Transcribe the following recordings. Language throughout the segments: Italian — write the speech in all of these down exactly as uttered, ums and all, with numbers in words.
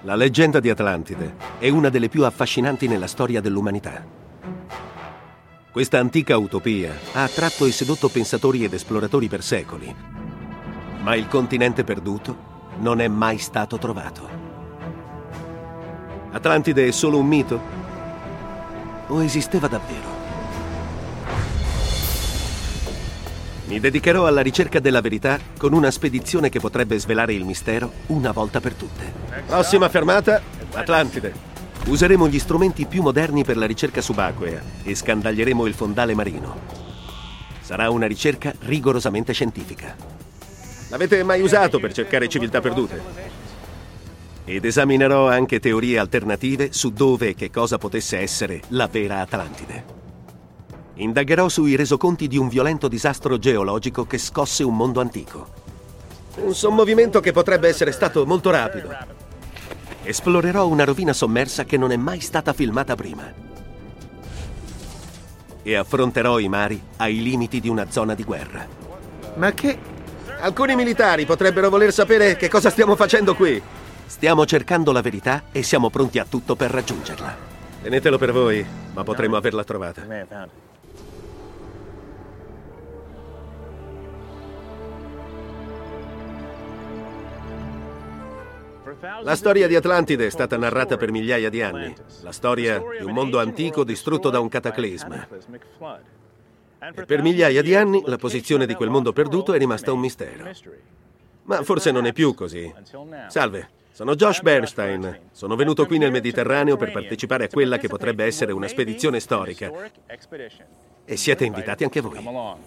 La leggenda di Atlantide è una delle più affascinanti nella storia dell'umanità. Questa antica utopia ha attratto e sedotto pensatori ed esploratori per secoli, ma il continente perduto non è mai stato trovato. Atlantide è solo un mito? O esisteva davvero? Mi dedicherò alla ricerca della verità con una spedizione che potrebbe svelare il mistero una volta per tutte. Prossima fermata, Atlantide. Useremo gli strumenti più moderni per la ricerca subacquea e scandaglieremo il fondale marino. Sarà una ricerca rigorosamente scientifica. L'avete mai usato per cercare civiltà perdute? Ed esaminerò anche teorie alternative su dove e che cosa potesse essere la vera Atlantide. Indagherò sui resoconti di un violento disastro geologico che scosse un mondo antico. Un sommovimento che potrebbe essere stato molto rapido. Esplorerò una rovina sommersa che non è mai stata filmata prima. E affronterò i mari ai limiti di una zona di guerra. Ma che... Alcuni militari potrebbero voler sapere che cosa stiamo facendo qui. Stiamo cercando la verità e siamo pronti a tutto per raggiungerla. Tenetelo per voi, ma potremmo averla trovata. La storia di Atlantide è stata narrata per migliaia di anni. La storia di un mondo antico distrutto da un cataclisma. E per migliaia di anni la posizione di quel mondo perduto è rimasta un mistero. Ma forse non è più così. Salve, sono Josh Bernstein. Sono venuto qui nel Mediterraneo per partecipare a quella che potrebbe essere una spedizione storica. E siete invitati anche voi.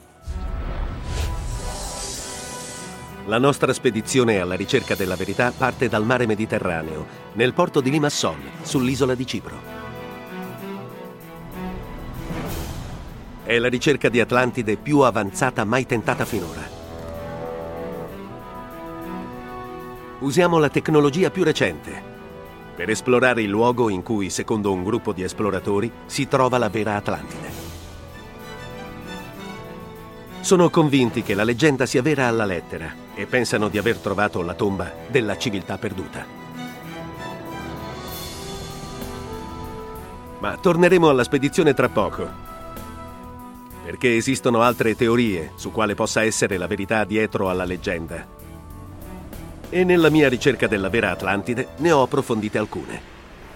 La nostra spedizione alla ricerca della verità parte dal mare Mediterraneo, nel porto di Limassol, sull'isola di Cipro. È la ricerca di Atlantide più avanzata mai tentata finora. Usiamo la tecnologia più recente per esplorare il luogo in cui, secondo un gruppo di esploratori, si trova la vera Atlantide. Sono convinti che la leggenda sia vera alla lettera e pensano di aver trovato la tomba della civiltà perduta. Ma torneremo alla spedizione tra poco, perché esistono altre teorie su quale possa essere la verità dietro alla leggenda. E nella mia ricerca della vera Atlantide ne ho approfondite alcune.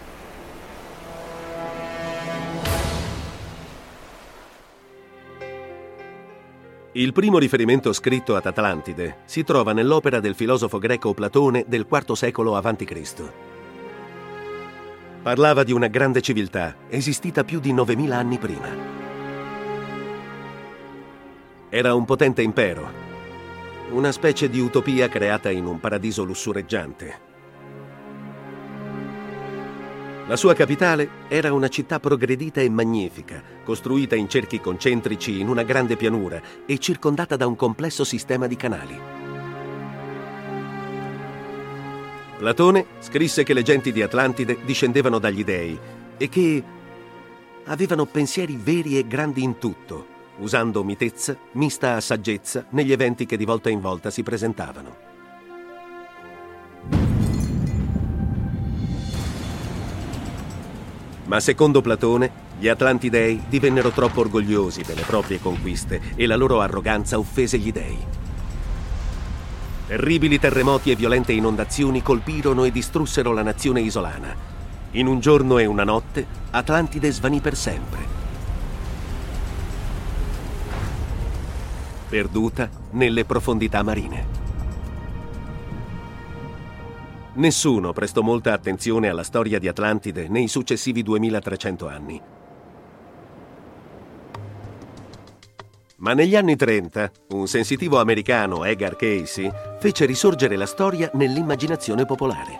Il primo riferimento scritto ad Atlantide si trova nell'opera del filosofo greco Platone del quarto secolo avanti Cristo. Parlava di una grande civiltà esistita più di novemila anni prima. Era un potente impero, una specie di utopia creata in un paradiso lussureggiante. La sua capitale era una città progredita e magnifica, costruita in cerchi concentrici in una grande pianura e circondata da un complesso sistema di canali. Platone scrisse che le genti di Atlantide discendevano dagli dei e che avevano pensieri veri e grandi in tutto, usando mitezza mista a saggezza negli eventi che di volta in volta si presentavano. Ma secondo Platone, gli Atlantidei divennero troppo orgogliosi per le proprie conquiste e la loro arroganza offese gli dei. Terribili terremoti e violente inondazioni colpirono e distrussero la nazione isolana. In un giorno e una notte, Atlantide svanì per sempre, perduta nelle profondità marine. Nessuno prestò molta attenzione alla storia di Atlantide nei successivi duemilatrecento anni. Ma negli anni trenta, un sensitivo americano, Edgar Cayce, fece risorgere la storia nell'immaginazione popolare.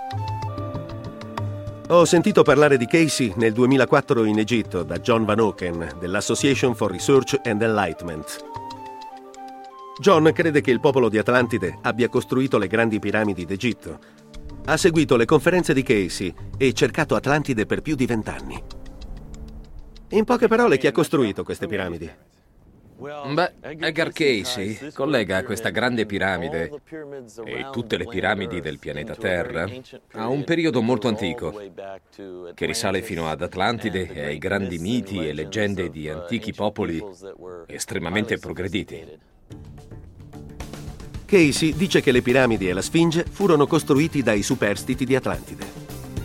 Ho sentito parlare di Cayce nel duemilaquattro in Egitto da John Van Oken dell'Association for Research and Enlightenment. John crede che il popolo di Atlantide abbia costruito le grandi piramidi d'Egitto. Ha seguito le conferenze di Cayce e cercato Atlantide per più di vent'anni. In poche parole, chi ha costruito queste piramidi? Beh, Edgar Cayce collega questa grande piramide e tutte le piramidi del pianeta Terra a un periodo molto antico, che risale fino ad Atlantide e ai grandi miti e leggende di antichi popoli estremamente progrediti. Cayce dice che le piramidi e la Sfinge furono costruiti dai superstiti di Atlantide.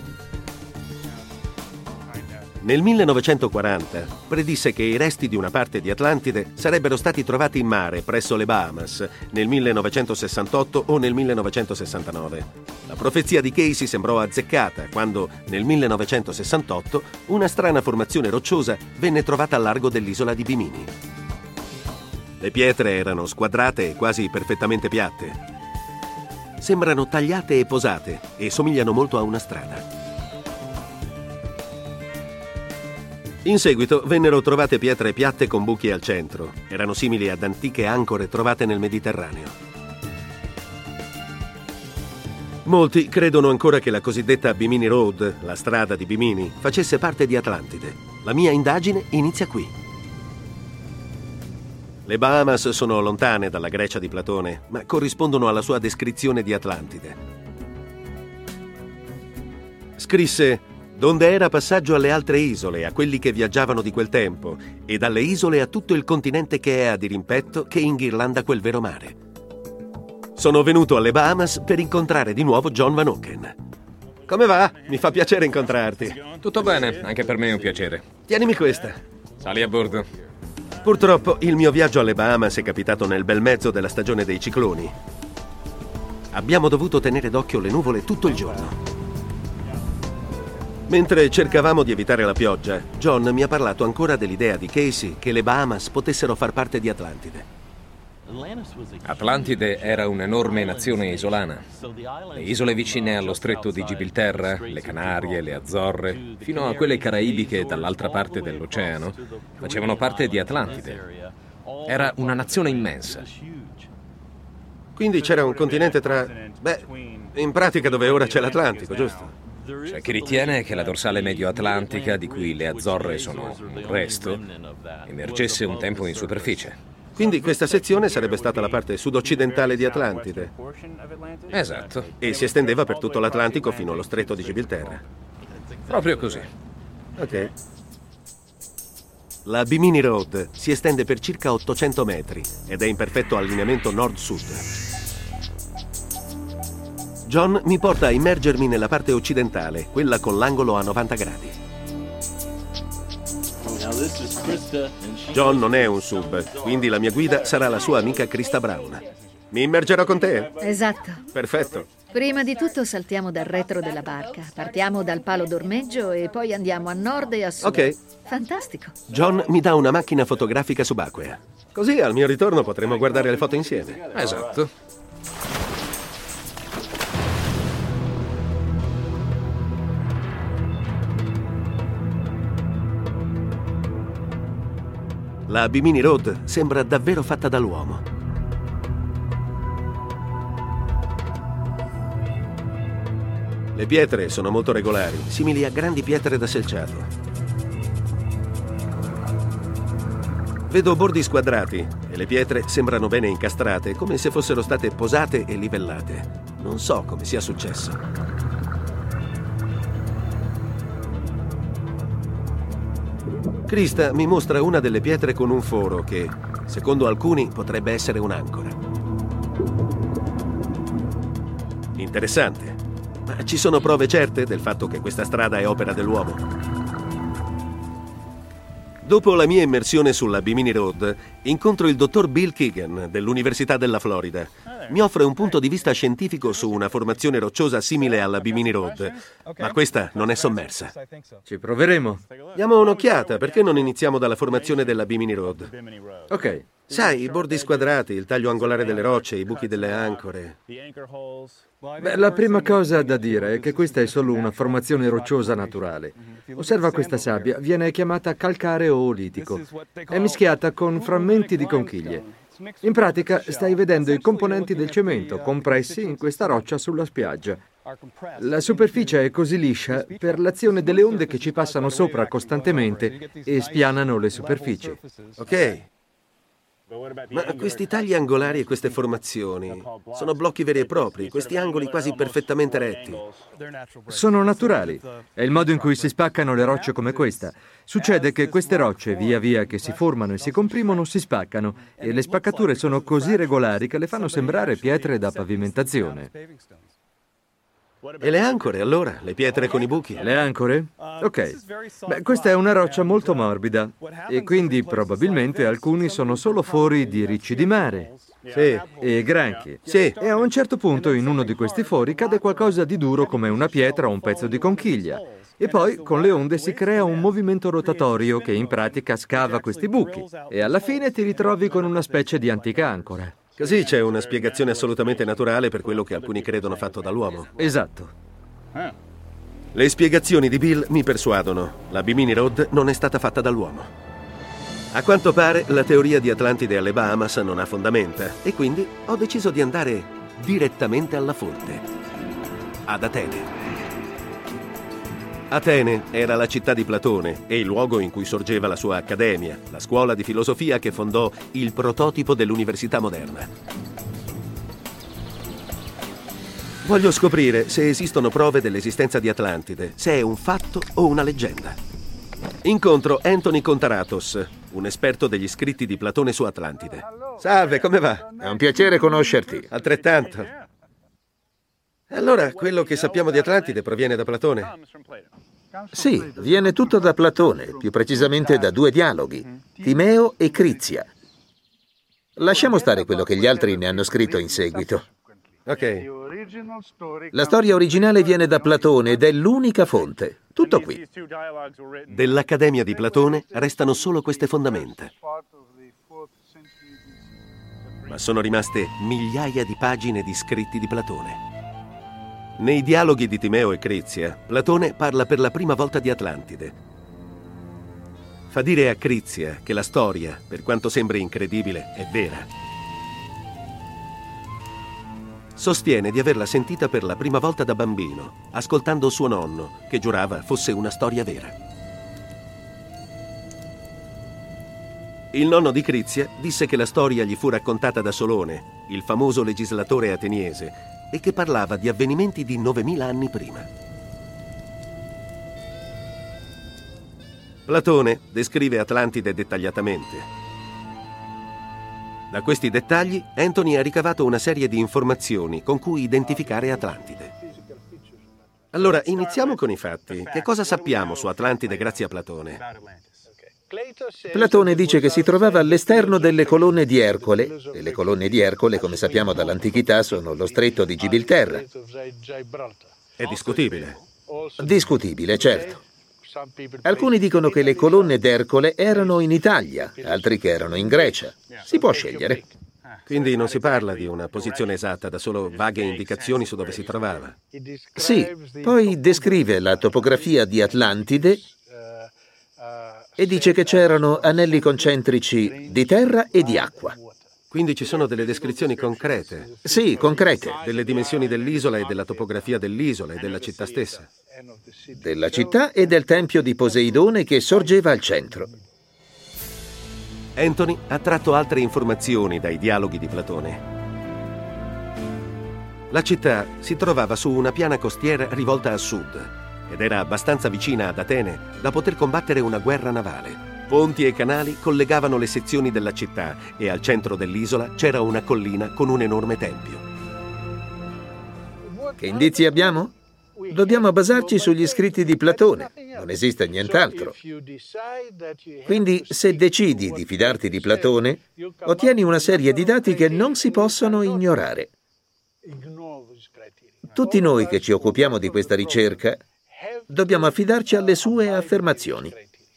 Nel millenovecentoquaranta predisse che i resti di una parte di Atlantide sarebbero stati trovati in mare presso le Bahamas nel millenovecentosessantotto o nel millenovecentosessantanove. La profezia di Cayce sembrò azzeccata quando, nel millenovecentosessantotto, una strana formazione rocciosa venne trovata al largo dell'isola di Bimini. Le pietre erano squadrate e quasi perfettamente piatte. Sembrano tagliate e posate e somigliano molto a una strada. In seguito vennero trovate pietre piatte con buchi al centro. Erano simili ad antiche ancore trovate nel Mediterraneo. Molti credono ancora che la cosiddetta Bimini Road, la strada di Bimini, facesse parte di Atlantide. La mia indagine inizia qui. Le Bahamas sono lontane dalla Grecia di Platone, ma corrispondono alla sua descrizione di Atlantide. Scrisse: «Donde era passaggio alle altre isole, a quelli che viaggiavano di quel tempo, e dalle isole a tutto il continente che è a dirimpetto, che inghirlanda quel vero mare. Sono venuto alle Bahamas per incontrare di nuovo John Van Oken». Come va? Mi fa piacere incontrarti. Tutto bene, anche per me è un piacere. Tienimi questa. Sali a bordo. Purtroppo il mio viaggio alle Bahamas è capitato nel bel mezzo della stagione dei cicloni. Abbiamo dovuto tenere d'occhio le nuvole tutto il giorno. Mentre cercavamo di evitare la pioggia, John mi ha parlato ancora dell'idea di Cayce che le Bahamas potessero far parte di Atlantide. Atlantide era un'enorme nazione isolana. Le isole vicine allo stretto di Gibilterra, le Canarie, le Azzorre, fino a quelle caraibiche dall'altra parte dell'oceano, facevano parte di Atlantide. Era una nazione immensa. Quindi c'era un continente tra... Beh, in pratica dove ora c'è l'Atlantico, giusto? C'è chi ritiene che la dorsale medio-atlantica, di cui le Azzorre sono un resto, emergesse un tempo in superficie. Quindi questa sezione sarebbe stata la parte sud-occidentale di Atlantide. Esatto. E si estendeva per tutto l'Atlantico fino allo stretto di Gibilterra. Proprio così. Ok. La Bimini Road si estende per circa ottocento metri ed è in perfetto allineamento nord-sud. John mi porta a immergermi nella parte occidentale, quella con l'angolo a novanta gradi. John non è un sub, quindi la mia guida sarà la sua amica Krista Brown. Mi immergerò con te? Esatto. Perfetto. Prima di tutto saltiamo dal retro della barca, partiamo dal palo d'ormeggio e poi andiamo a nord e a sud. Ok. Fantastico. John mi dà una macchina fotografica subacquea. Così al mio ritorno potremo guardare le foto insieme. Esatto. La Bimini Road sembra davvero fatta dall'uomo. Le pietre sono molto regolari, simili a grandi pietre da selciato. Vedo bordi squadrati e le pietre sembrano bene incastrate, come se fossero state posate e livellate. Non so come sia successo. Krista mi mostra una delle pietre con un foro che, secondo alcuni, potrebbe essere un'ancora. Interessante. Ma ci sono prove certe del fatto che questa strada è opera dell'uomo? Dopo la mia immersione sulla Bimini Road, incontro il dottor Bill Keegan dell'Università della Florida. Mi offre un punto di vista scientifico su una formazione rocciosa simile alla Bimini Road, ma questa non è sommersa. Ci proveremo. Diamo un'occhiata, perché non iniziamo dalla formazione della Bimini Road? Ok. Sai, i bordi squadrati, il taglio angolare delle rocce, i buchi delle ancore. Beh, la prima cosa da dire è che questa è solo una formazione rocciosa naturale. Osserva questa sabbia, viene chiamata calcareo olitico. È mischiata con frammenti di conchiglie. In pratica stai vedendo i componenti del cemento compressi in questa roccia sulla spiaggia. La superficie è così liscia per l'azione delle onde che ci passano sopra costantemente e spianano le superfici. Ok. Ma questi tagli angolari e queste formazioni sono blocchi veri e propri, questi angoli quasi perfettamente retti. Sono naturali. È il modo in cui si spaccano le rocce come questa. Succede che queste rocce, via via che si formano e si comprimono, si spaccano e le spaccature sono così regolari che le fanno sembrare pietre da pavimentazione. E le ancore, allora? Le pietre con i buchi? Le ancore? Ok. Beh, questa è una roccia molto morbida e quindi probabilmente alcuni sono solo fori di ricci di mare. Sì. E granchi. Sì. E a un certo punto in uno di questi fori cade qualcosa di duro come una pietra o un pezzo di conchiglia. E poi con le onde si crea un movimento rotatorio che in pratica scava questi buchi. E alla fine ti ritrovi con una specie di antica ancora. Così c'è una spiegazione assolutamente naturale per quello che alcuni credono fatto dall'uomo. Esatto. Le spiegazioni di Bill mi persuadono. La Bimini Road non è stata fatta dall'uomo. A quanto pare la teoria di Atlantide alle Bahamas non ha fondamenta e quindi ho deciso di andare direttamente alla fonte, ad Atene. Atene era la città di Platone e il luogo in cui sorgeva la sua accademia, la scuola di filosofia che fondò il prototipo dell'università moderna. Voglio scoprire se esistono prove dell'esistenza di Atlantide, se è un fatto o una leggenda. Incontro Anthony Contaratos, un esperto degli scritti di Platone su Atlantide. Salve, come va? È un piacere conoscerti. Altrettanto. Allora, quello che sappiamo di Atlantide proviene da Platone? Sì, viene tutto da Platone, più precisamente da due dialoghi, Timeo e Crizia. Lasciamo stare quello che gli altri ne hanno scritto in seguito. Ok. La storia originale viene da Platone ed è l'unica fonte. Tutto qui. Dell'Accademia di Platone restano solo queste fondamenta. Ma sono rimaste migliaia di pagine di scritti di Platone. Nei dialoghi di Timeo e Crizia, Platone parla per la prima volta di Atlantide. Fa dire a Crizia che la storia, per quanto sembri incredibile, è vera. Sostiene di averla sentita per la prima volta da bambino, ascoltando suo nonno, che giurava fosse una storia vera. Il nonno di Crizia disse che la storia gli fu raccontata da Solone, il famoso legislatore ateniese, e che parlava di avvenimenti di novemila anni prima. Platone descrive Atlantide dettagliatamente. Da questi dettagli, Anthony ha ricavato una serie di informazioni con cui identificare Atlantide. Allora, iniziamo con i fatti. Che cosa sappiamo su Atlantide grazie a Platone? Platone dice che si trovava all'esterno delle colonne di Ercole, e le colonne di Ercole, come sappiamo dall'antichità, sono lo stretto di Gibilterra. È discutibile. Discutibile, certo. Alcuni dicono che le colonne d'Ercole erano in Italia, altri che erano in Grecia. Si può scegliere. Quindi non si parla di una posizione esatta, da solo vaghe indicazioni su dove si trovava. Sì, poi descrive la topografia di Atlantide e dice che c'erano anelli concentrici di terra e di acqua. Quindi ci sono delle descrizioni concrete. Sì, concrete. Delle dimensioni dell'isola e della topografia dell'isola e della città stessa. Della città e del tempio di Poseidone che sorgeva al centro. Anthony ha tratto altre informazioni dai dialoghi di Platone. La città si trovava su una piana costiera rivolta a sud ed era abbastanza vicina ad Atene da poter combattere una guerra navale. Ponti e canali collegavano le sezioni della città e al centro dell'isola c'era una collina con un enorme tempio. Che indizi abbiamo? Dobbiamo basarci sugli scritti di Platone, non esiste nient'altro. Quindi, se decidi di fidarti di Platone, ottieni una serie di dati che non si possono ignorare. Tutti noi che ci occupiamo di questa ricerca dobbiamo affidarci alle sue affermazioni.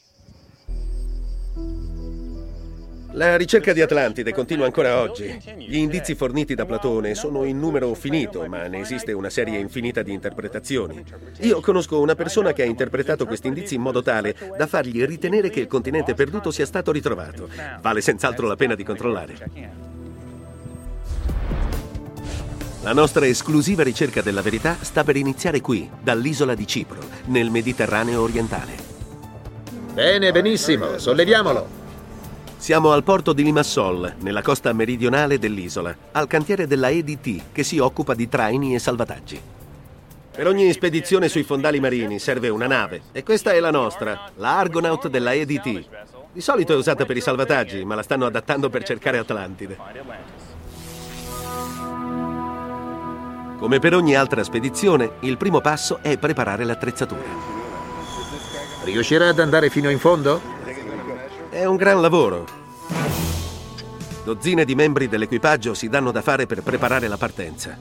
La ricerca di Atlantide continua ancora oggi. Gli indizi forniti da Platone sono in numero finito, ma ne esiste una serie infinita di interpretazioni. Io conosco una persona che ha interpretato questi indizi in modo tale da fargli ritenere che il continente perduto sia stato ritrovato. Vale senz'altro la pena di controllare. La nostra esclusiva ricerca della verità sta per iniziare qui, dall'isola di Cipro, nel Mediterraneo orientale. Bene, benissimo, solleviamolo. Siamo al porto di Limassol, nella costa meridionale dell'isola, al cantiere della E D T, che si occupa di traini e salvataggi. Per ogni spedizione sui fondali marini serve una nave, e questa è la nostra, la Argonaut della E D T. Di solito è usata per i salvataggi, ma la stanno adattando per cercare Atlantide. Come per ogni altra spedizione, il primo passo è preparare l'attrezzatura. Riuscirà ad andare fino in fondo? È un gran lavoro. Dozzine di membri dell'equipaggio si danno da fare per preparare la partenza.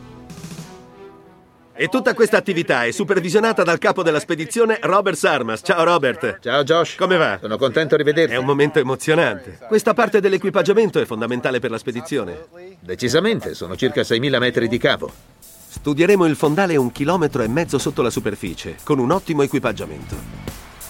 E tutta questa attività è supervisionata dal capo della spedizione, Robert Sarmas. Ciao Robert. Ciao Josh. Come va? Sono contento di rivederti. È un momento emozionante. Questa parte dell'equipaggiamento è fondamentale per la spedizione. Decisamente, sono circa seimila metri di cavo. Studieremo il fondale un chilometro e mezzo sotto la superficie, con un ottimo equipaggiamento.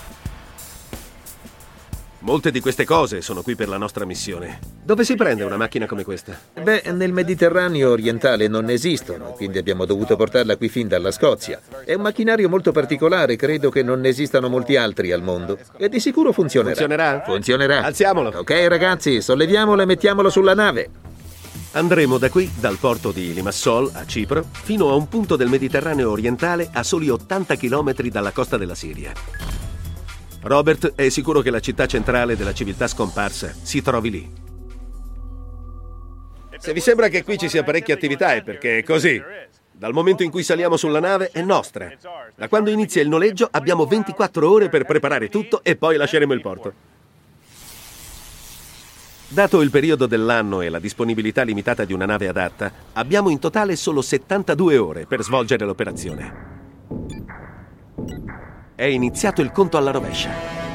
Molte di queste cose sono qui per la nostra missione. Dove si prende una macchina come questa? Beh, nel Mediterraneo orientale non esistono, quindi abbiamo dovuto portarla qui fin dalla Scozia. È un macchinario molto particolare, credo che non ne esistano molti altri al mondo. E di sicuro funzionerà. Funzionerà? Funzionerà. Alziamolo. Ok, ragazzi, solleviamolo e mettiamolo sulla nave. Andremo da qui, dal porto di Limassol, a Cipro, fino a un punto del Mediterraneo orientale a soli ottanta chilometri dalla costa della Siria. Robert è sicuro che la città centrale della civiltà scomparsa si trovi lì. Se vi sembra che qui ci sia parecchia attività è perché è così. Dal momento in cui saliamo sulla nave è nostra. Da quando inizia il noleggio abbiamo ventiquattro ore per preparare tutto e poi lasceremo il porto. Dato il periodo dell'anno e la disponibilità limitata di una nave adatta, abbiamo in totale solo settantadue ore per svolgere l'operazione. È iniziato il conto alla rovescia.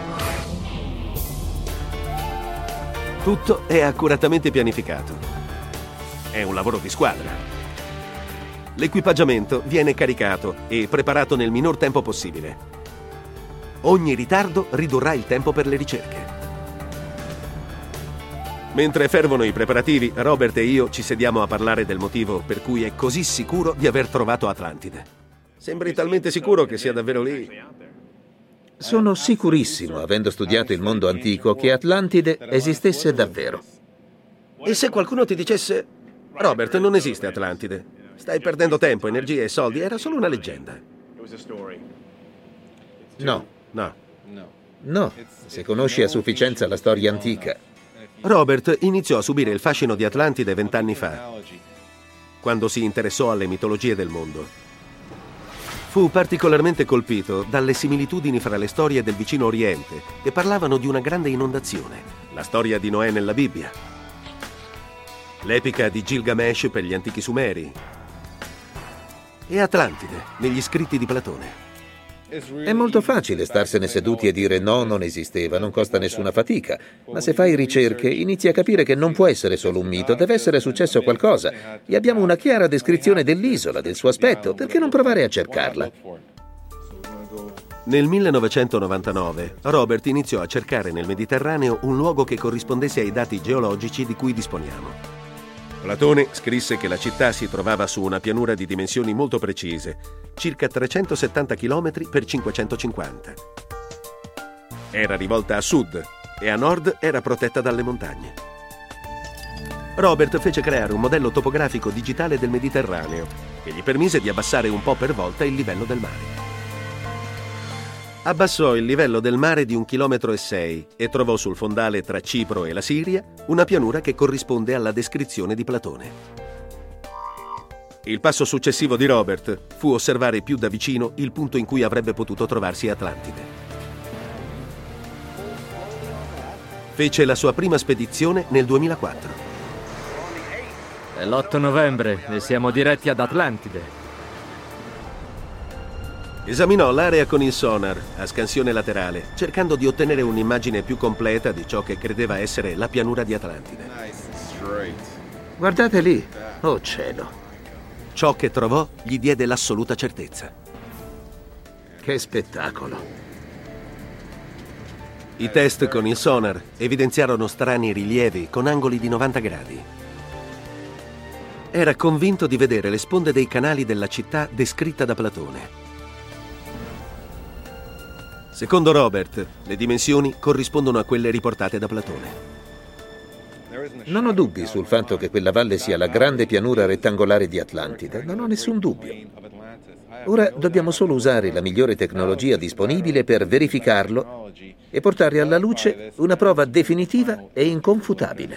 Tutto è accuratamente pianificato. È un lavoro di squadra. L'equipaggiamento viene caricato e preparato nel minor tempo possibile. Ogni ritardo ridurrà il tempo per le ricerche. Mentre fervono i preparativi, Robert e io ci sediamo a parlare del motivo per cui è così sicuro di aver trovato Atlantide. Sembri talmente sicuro che sia davvero lì. Sono sicurissimo, avendo studiato il mondo antico, che Atlantide esistesse davvero. E se qualcuno ti dicesse: Robert, non esiste Atlantide, stai perdendo tempo, energie e soldi, era solo una leggenda. No. No. No, se conosci a sufficienza la storia antica. Robert iniziò a subire il fascino di Atlantide vent'anni fa, quando si interessò alle mitologie del mondo. Fu particolarmente colpito dalle similitudini fra le storie del vicino Oriente, che parlavano di una grande inondazione, la storia di Noè nella Bibbia, l'epica di Gilgamesh per gli antichi Sumeri e Atlantide negli scritti di Platone. È molto facile starsene seduti e dire no, non esisteva, non costa nessuna fatica. Ma se fai ricerche, inizi a capire che non può essere solo un mito, deve essere successo qualcosa. E abbiamo una chiara descrizione dell'isola, del suo aspetto, perché non provare a cercarla? Nel millenovecentonovantanove, Robert iniziò a cercare nel Mediterraneo un luogo che corrispondesse ai dati geologici di cui disponiamo. Platone scrisse che la città si trovava su una pianura di dimensioni molto precise, circa trecentosettanta chilometri per cinquecentocinquanta. Era rivolta a sud e a nord era protetta dalle montagne. Robert fece creare un modello topografico digitale del Mediterraneo che gli permise di abbassare un po' per volta il livello del mare. Abbassò il livello del mare di un chilometro e sei e trovò sul fondale tra Cipro e la Siria una pianura che corrisponde alla descrizione di Platone. Il passo successivo di Robert fu osservare più da vicino il punto in cui avrebbe potuto trovarsi Atlantide. Fece la sua prima spedizione nel duemilaquattro. È l'otto novembre e siamo diretti ad Atlantide. Esaminò l'area con il sonar a scansione laterale, cercando di ottenere un'immagine più completa di ciò che credeva essere la pianura di Atlantide. Guardate lì. Oh cielo. Ciò che trovò gli diede l'assoluta certezza. Che spettacolo. I test con il sonar evidenziarono strani rilievi con angoli di novanta gradi. Era convinto di vedere le sponde dei canali della città descritta da Platone. Secondo Robert, le dimensioni corrispondono a quelle riportate da Platone. Non ho dubbi sul fatto che quella valle sia la grande pianura rettangolare di Atlantide, non ho nessun dubbio. Ora dobbiamo solo usare la migliore tecnologia disponibile per verificarlo e portare alla luce una prova definitiva e inconfutabile.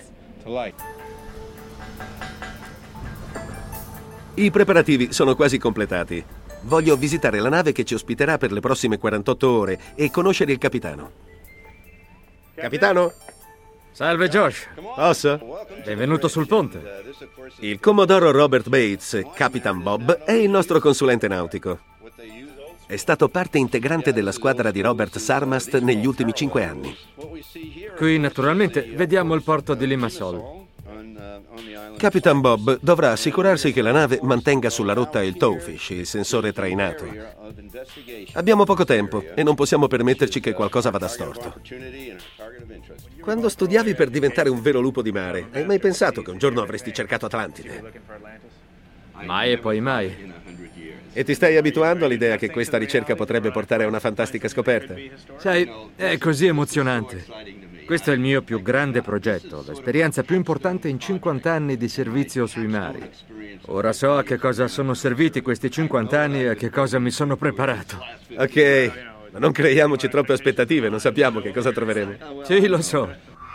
I preparativi sono quasi completati. Voglio visitare la nave che ci ospiterà per le prossime quarantotto ore e conoscere il capitano. Capitano? Salve Josh, Posso? benvenuto sul ponte. Il commodoro Robert Bates, Capitan Bob, è il nostro consulente nautico. È stato parte integrante della squadra di Robert Sarmast negli ultimi cinque anni. Qui naturalmente vediamo il porto di Limassol. Capitan Bob dovrà assicurarsi che la nave mantenga sulla rotta il towfish, il sensore trainato. Abbiamo poco tempo e non possiamo permetterci che qualcosa vada storto. Quando studiavi per diventare un vero lupo di mare, hai mai pensato che un giorno avresti cercato Atlantide? Mai e poi mai. E ti stai abituando all'idea che questa ricerca potrebbe portare a una fantastica scoperta? Sai, è così emozionante. Questo è il mio più grande progetto, l'esperienza più importante in cinquanta anni di servizio sui mari. Ora so a che cosa sono serviti questi cinquanta anni e a che cosa mi sono preparato. Ok, ma non creiamoci troppe aspettative, non sappiamo che cosa troveremo. Sì, lo so.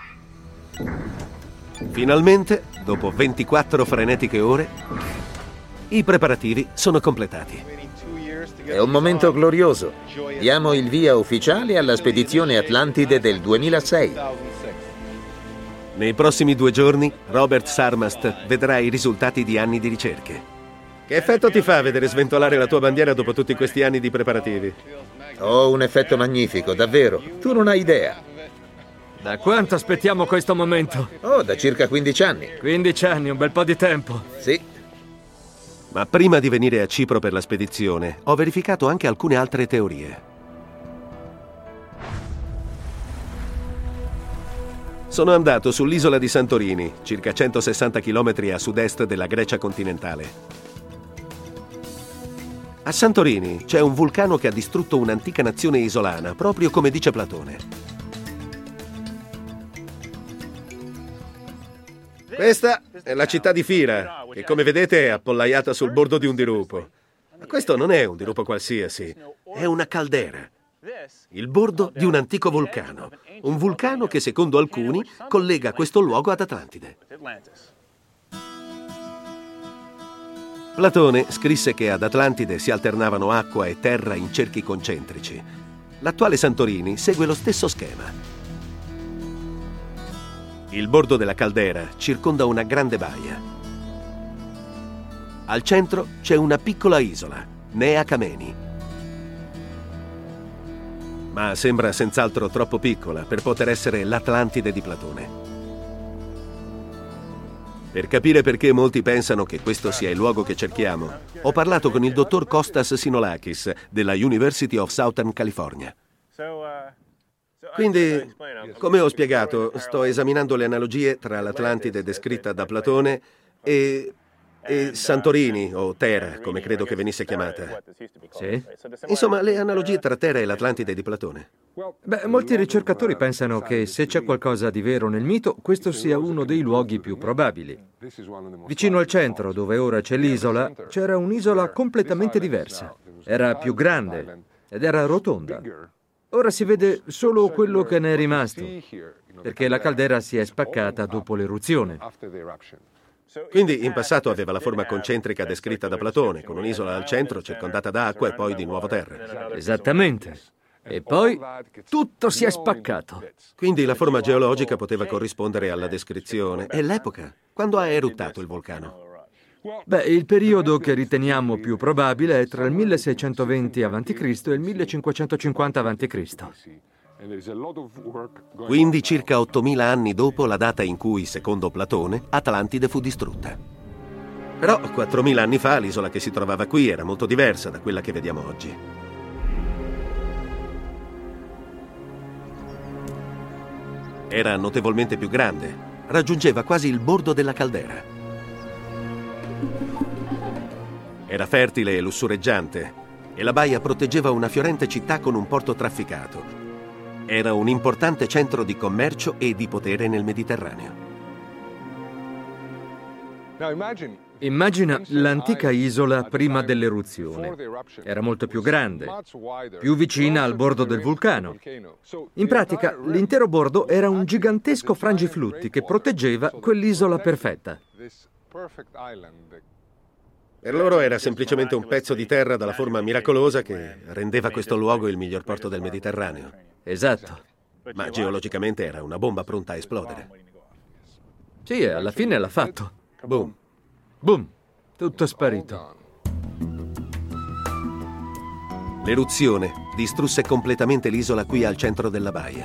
Finalmente, dopo ventiquattro frenetiche ore, i preparativi sono completati. È un momento glorioso. Diamo il via ufficiale alla spedizione Atlantide del duemilasei. Nei prossimi due giorni, Robert Sarmast vedrà i risultati di anni di ricerche. Che effetto ti fa vedere sventolare la tua bandiera dopo tutti questi anni di preparativi? Oh, un effetto magnifico, davvero. Tu non hai idea. Da quanto aspettiamo questo momento? Oh, da circa quindici anni. quindici anni, un bel po' di tempo. Sì. Ma prima di venire a Cipro per la spedizione, ho verificato anche alcune altre teorie. Sono andato sull'isola di Santorini, circa centosessanta chilometri a sud-est della Grecia continentale. A Santorini c'è un vulcano che ha distrutto un'antica nazione isolana, proprio come dice Platone. Questa è la città di Fira, che come vedete è appollaiata sul bordo di un dirupo. Ma questo non è un dirupo qualsiasi, è una caldera. Il bordo di un antico vulcano. Un vulcano che, secondo alcuni, collega questo luogo ad Atlantide. Platone scrisse che ad Atlantide si alternavano acqua e terra in cerchi concentrici. L'attuale Santorini segue lo stesso schema. Il bordo della caldera circonda una grande baia. Al centro c'è una piccola isola, Nea Kameni. Ma sembra senz'altro troppo piccola per poter essere l'Atlantide di Platone. Per capire perché molti pensano che questo sia il luogo che cerchiamo, ho parlato con il dottor Kostas Sinolakis della University of Southern California. Quindi, come ho spiegato, sto esaminando le analogie tra l'Atlantide descritta da Platone e, e Santorini, o Terra, come credo che venisse chiamata. Sì? Insomma, le analogie tra Terra e l'Atlantide di Platone. Beh, molti ricercatori pensano che se c'è qualcosa di vero nel mito, questo sia uno dei luoghi più probabili. Vicino al centro, dove ora c'è l'isola, c'era un'isola completamente diversa. Era più grande ed era rotonda. Ora si vede solo quello che ne è rimasto, perché la caldera si è spaccata dopo l'eruzione. Quindi in passato aveva la forma concentrica descritta da Platone, con un'isola al centro circondata da acqua e poi di nuovo terra. Esattamente. E poi tutto si è spaccato. Quindi la forma geologica poteva corrispondere alla descrizione. E l'epoca? Quando ha eruttato il vulcano? Beh, il periodo che riteniamo più probabile è tra il milleseicentoventi avanti Cristo e il millecinquecentocinquanta avanti Cristo. Quindi circa ottomila anni dopo la data in cui, secondo Platone, Atlantide fu distrutta. Però quattromila anni fa l'isola che si trovava qui era molto diversa da quella che vediamo oggi. Era notevolmente più grande, raggiungeva quasi il bordo della caldera. Era fertile e lussureggiante e la baia proteggeva una fiorente città con un porto trafficato. Era un importante centro di commercio e di potere nel Mediterraneo. Immagina l'antica isola prima dell'eruzione. Era molto più grande, più vicina al bordo del vulcano. In pratica, l'intero bordo era un gigantesco frangiflutti che proteggeva quell'isola perfetta. Per loro era semplicemente un pezzo di terra dalla forma miracolosa che rendeva questo luogo il miglior porto del Mediterraneo. Esatto. Ma geologicamente era una bomba pronta a esplodere. Sì, e alla fine l'ha fatto. Boom. Boom, tutto sparito. L'eruzione distrusse completamente l'isola qui al centro della baia.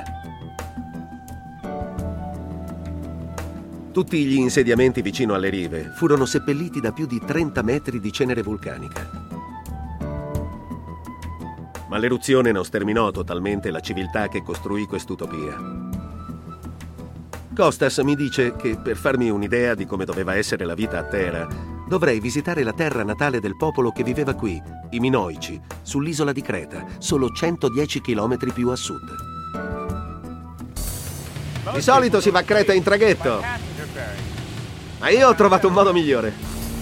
Tutti gli insediamenti vicino alle rive furono seppelliti da più di trenta metri di cenere vulcanica. Ma l'eruzione non sterminò totalmente la civiltà che costruì quest'utopia. Costas mi dice che per farmi un'idea di come doveva essere la vita a Thera, dovrei visitare la terra natale del popolo che viveva qui, i Minoici, sull'isola di Creta, solo centodieci chilometri più a sud. Di solito si va a Creta in traghetto, ma io ho trovato un modo migliore.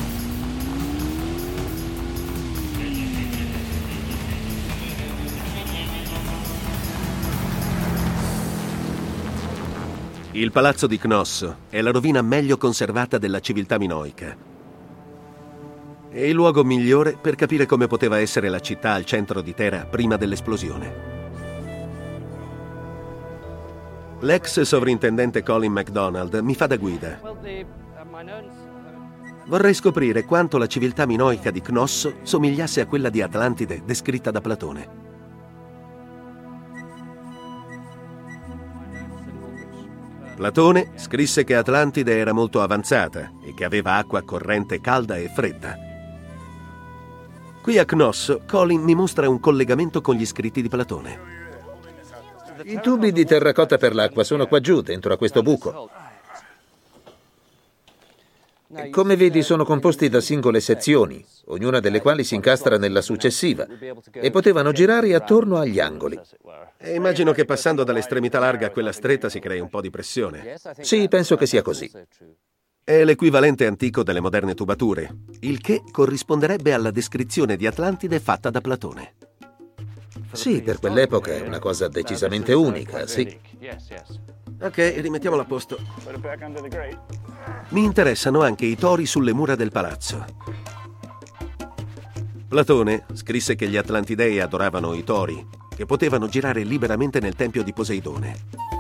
Il palazzo di Cnosso è la rovina meglio conservata della civiltà minoica. È il luogo migliore per capire come poteva essere la città al centro di Thera prima dell'esplosione. L'ex sovrintendente Colin MacDonald mi fa da guida. Vorrei scoprire quanto la civiltà minoica di Cnosso somigliasse a quella di Atlantide descritta da Platone. Platone scrisse che Atlantide era molto avanzata e che aveva acqua corrente calda e fredda. Qui a Cnosso, Colin mi mostra un collegamento con gli scritti di Platone. I tubi di terracotta per l'acqua sono qua giù, dentro a questo buco. Come vedi, sono composti da singole sezioni, ognuna delle quali si incastra nella successiva, e potevano girare attorno agli angoli. E immagino che passando dall'estremità larga a quella stretta si crei un po' di pressione. Sì, penso che sia così. È l'equivalente antico delle moderne tubature, il che corrisponderebbe alla descrizione di Atlantide fatta da Platone. Sì, per quell'epoca è una cosa decisamente unica, sì. Ok, rimettiamolo a posto. Mi interessano anche i tori sulle mura del palazzo. Platone scrisse che gli Atlantidei adoravano i tori, che potevano girare liberamente nel tempio di Poseidone.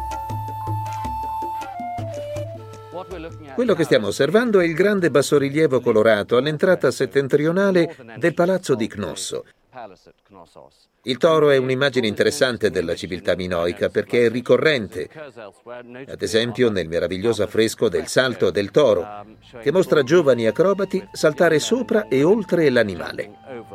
Quello che stiamo osservando è il grande bassorilievo colorato all'entrata settentrionale del palazzo di Cnosso. Il toro è un'immagine interessante della civiltà minoica perché è ricorrente, ad esempio nel meraviglioso affresco del Salto del Toro, che mostra giovani acrobati saltare sopra e oltre l'animale.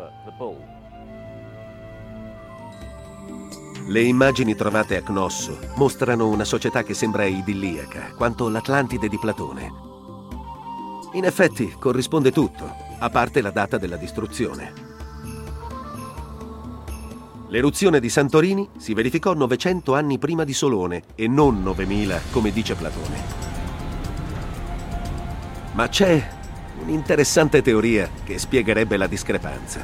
Le immagini trovate a Cnosso mostrano una società che sembra idilliaca, quanto l'Atlantide di Platone. In effetti corrisponde tutto, a parte la data della distruzione. L'eruzione di Santorini si verificò novecento anni prima di Solone e non novemila, come dice Platone. Ma c'è un'interessante teoria che spiegherebbe la discrepanza.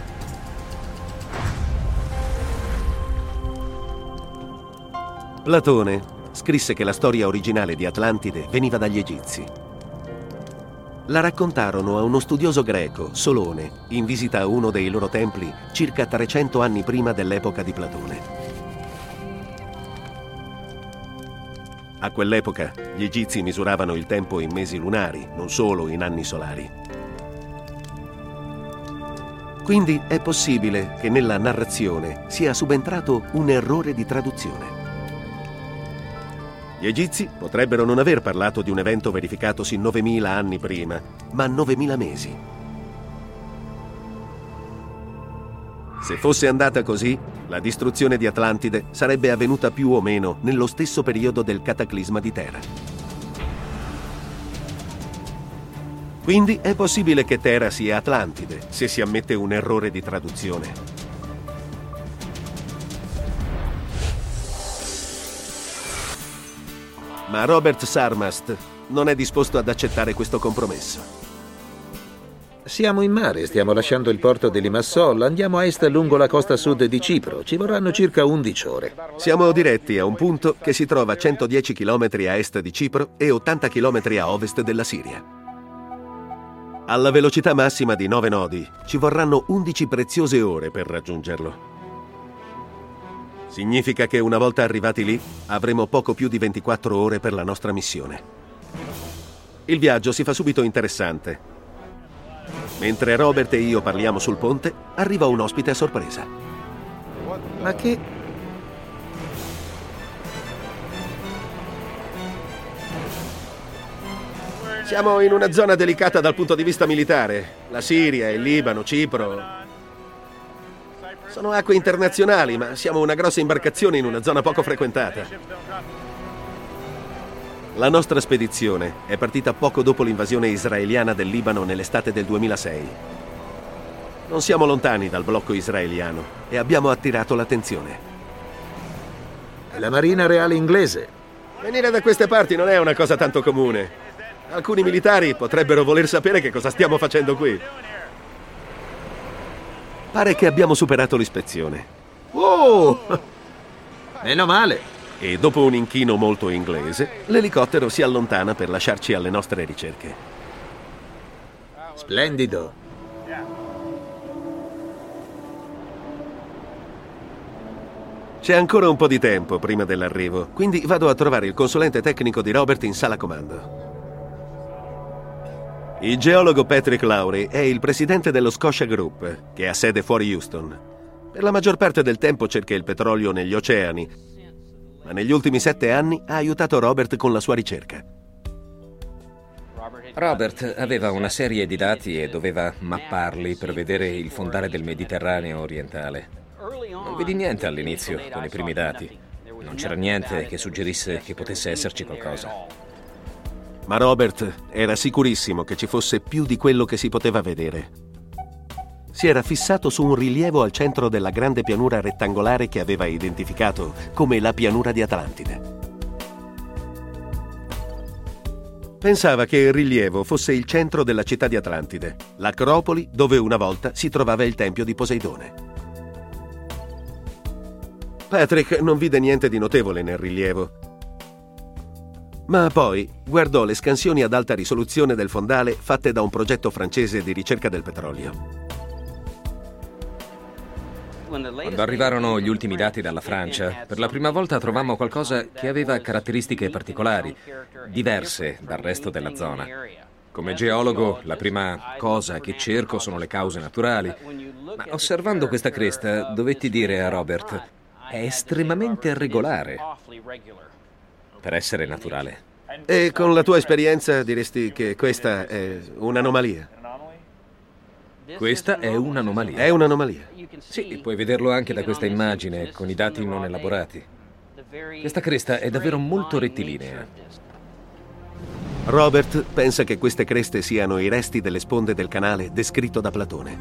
Platone scrisse che la storia originale di Atlantide veniva dagli Egizi. La raccontarono a uno studioso greco, Solone, in visita a uno dei loro templi circa trecento anni prima dell'epoca di Platone. A quell'epoca gli egizi misuravano il tempo in mesi lunari, non solo in anni solari. Quindi è possibile che nella narrazione sia subentrato un errore di traduzione. Gli egizi potrebbero non aver parlato di un evento verificatosi novemila anni prima, ma novemila mesi. Se fosse andata così, la distruzione di Atlantide sarebbe avvenuta più o meno nello stesso periodo del cataclisma di Thera. Quindi è possibile che Thera sia Atlantide, se si ammette un errore di traduzione. Ma Robert Sarmast non è disposto ad accettare questo compromesso. Siamo in mare, stiamo lasciando il porto di Limassol, andiamo a est lungo la costa sud di Cipro. Ci vorranno circa undici ore. Siamo diretti a un punto che si trova a centodieci chilometri a est di Cipro e ottanta chilometri a ovest della Siria. Alla velocità massima di nove nodi ci vorranno undici preziose ore per raggiungerlo. Significa che una volta arrivati lì avremo poco più di ventiquattro ore per la nostra missione. Il viaggio si fa subito interessante. Mentre Robert e io parliamo sul ponte, arriva un ospite a sorpresa. Ma che... Siamo in una zona delicata dal punto di vista militare. La Siria, il Libano, Cipro. Sono acque internazionali, ma siamo una grossa imbarcazione in una zona poco frequentata. La nostra spedizione è partita poco dopo l'invasione israeliana del Libano nell'estate del duemilasei. Non siamo lontani dal blocco israeliano e abbiamo attirato l'attenzione. È la Marina Reale inglese. Venire da queste parti non è una cosa tanto comune. Alcuni militari potrebbero voler sapere che cosa stiamo facendo qui. Pare che abbiamo superato l'ispezione. Oh! Meno male. E dopo un inchino molto inglese, l'elicottero si allontana per lasciarci alle nostre ricerche. Splendido. C'è ancora un po' di tempo prima dell'arrivo, quindi vado a trovare il consulente tecnico di Robert in sala comando. Il geologo Patrick Lowry è il presidente dello Scotia Group, che ha sede fuori Houston. Per la maggior parte del tempo cerca il petrolio negli oceani, ma negli ultimi sette anni ha aiutato Robert con la sua ricerca. Robert aveva una serie di dati e doveva mapparli per vedere il fondale del Mediterraneo orientale. Non vedi niente all'inizio con i primi dati. Non c'era niente che suggerisse che potesse esserci qualcosa. Ma Robert era sicurissimo che ci fosse più di quello che si poteva vedere. Si era fissato su un rilievo al centro della grande pianura rettangolare che aveva identificato come la pianura di Atlantide. Pensava che il rilievo fosse il centro della città di Atlantide, l'acropoli dove una volta si trovava il tempio di Poseidone. Patrick non vide niente di notevole nel rilievo, ma poi guardò le scansioni ad alta risoluzione del fondale fatte da un progetto francese di ricerca del petrolio. Quando arrivarono gli ultimi dati dalla Francia, per la prima volta trovammo qualcosa che aveva caratteristiche particolari, diverse dal resto della zona. Come geologo, la prima cosa che cerco sono le cause naturali, ma osservando questa cresta dovetti dire a Robert: è estremamente irregolare per essere naturale. E con la tua esperienza diresti che questa è un'anomalia? Questa è un'anomalia. È un'anomalia. Sì, puoi vederlo anche da questa immagine con i dati non elaborati. Questa cresta è davvero molto rettilinea. Robert pensa che queste creste siano i resti delle sponde del canale descritto da Platone.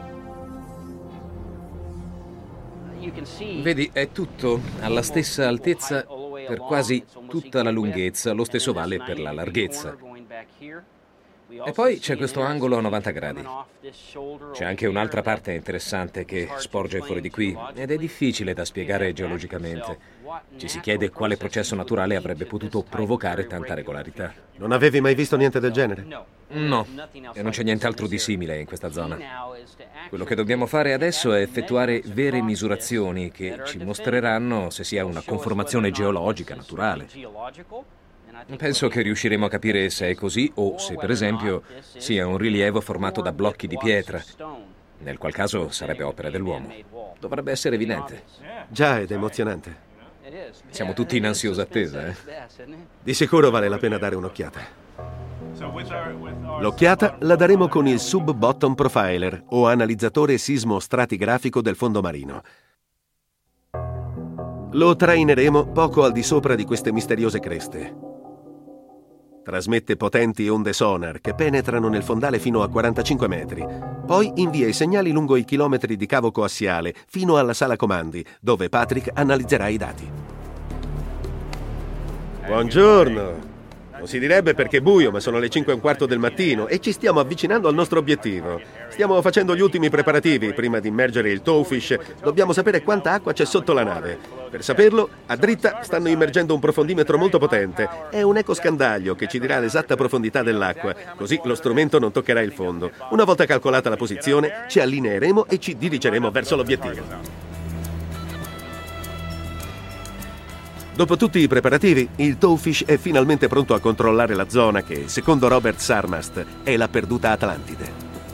Vedi, è tutto alla stessa altezza per quasi tutta la lunghezza, lo stesso vale per la larghezza. E poi c'è questo angolo a novanta gradi. C'è anche un'altra parte interessante che sporge fuori di qui ed è difficile da spiegare geologicamente. Ci si chiede quale processo naturale avrebbe potuto provocare tanta regolarità. Non avevi mai visto niente del genere? No, e non c'è nient'altro di simile in questa zona. Quello che dobbiamo fare adesso è effettuare vere misurazioni che ci mostreranno se sia una conformazione geologica naturale. Penso che riusciremo a capire se è così o se, per esempio, sia un rilievo formato da blocchi di pietra, nel qual caso sarebbe opera dell'uomo. Dovrebbe essere evidente. Già, ed emozionante. Siamo tutti in ansiosa attesa, eh? Di sicuro vale la pena dare un'occhiata. L'occhiata la daremo con il Sub-Bottom Profiler, o analizzatore sismo-stratigrafico del fondo marino. Lo traineremo poco al di sopra di queste misteriose creste. Trasmette potenti onde sonar che penetrano nel fondale fino a quarantacinque metri. Poi invia i segnali lungo i chilometri di cavo coassiale fino alla sala comandi, dove Patrick analizzerà i dati. Buongiorno. Non si direbbe perché è buio, ma sono le cinque e un quarto del mattino e ci stiamo avvicinando al nostro obiettivo. Stiamo facendo gli ultimi preparativi. Prima di immergere il towfish, dobbiamo sapere quanta acqua c'è sotto la nave. Per saperlo, a dritta stanno immergendo un profondimetro molto potente. È un ecoscandaglio che ci dirà l'esatta profondità dell'acqua, così lo strumento non toccherà il fondo. Una volta calcolata la posizione, ci allineeremo e ci dirigeremo verso l'obiettivo. Dopo tutti i preparativi, il towfish è finalmente pronto a controllare la zona che, secondo Robert Sarmast, è la perduta Atlantide.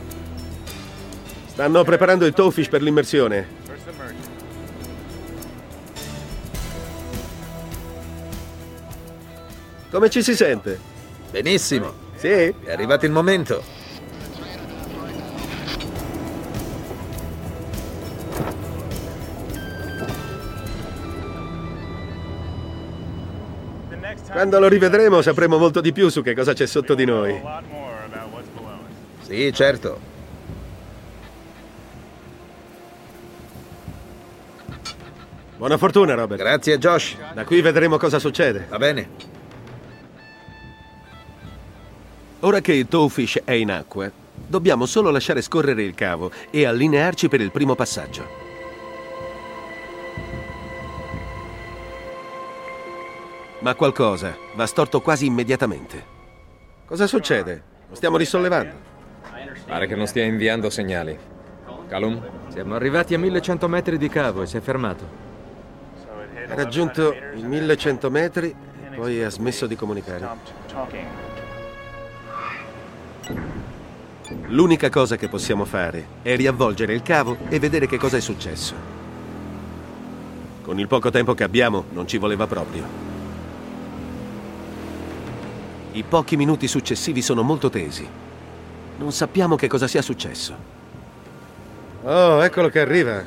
Stanno preparando il towfish per l'immersione. Come ci si sente? Benissimo. Sì? È arrivato il momento. Quando lo rivedremo sapremo molto di più su che cosa c'è sotto di noi. Sì, certo. Buona fortuna, Robert. Grazie, Josh. Da qui vedremo cosa succede. Va bene. Ora che il towfish è in acqua, dobbiamo solo lasciare scorrere il cavo e allinearci per il primo passaggio. Ma qualcosa va storto quasi immediatamente. Cosa succede? Lo stiamo risollevando. Pare che non stia inviando segnali. Calum? Siamo arrivati a millecento metri di cavo e si è fermato. Ha raggiunto i millecento metri e poi ha smesso di comunicare. L'unica cosa che possiamo fare è riavvolgere il cavo e vedere che cosa è successo. Con il poco tempo che abbiamo, non ci voleva proprio. I pochi minuti successivi sono molto tesi. Non sappiamo che cosa sia successo. Oh, eccolo che arriva.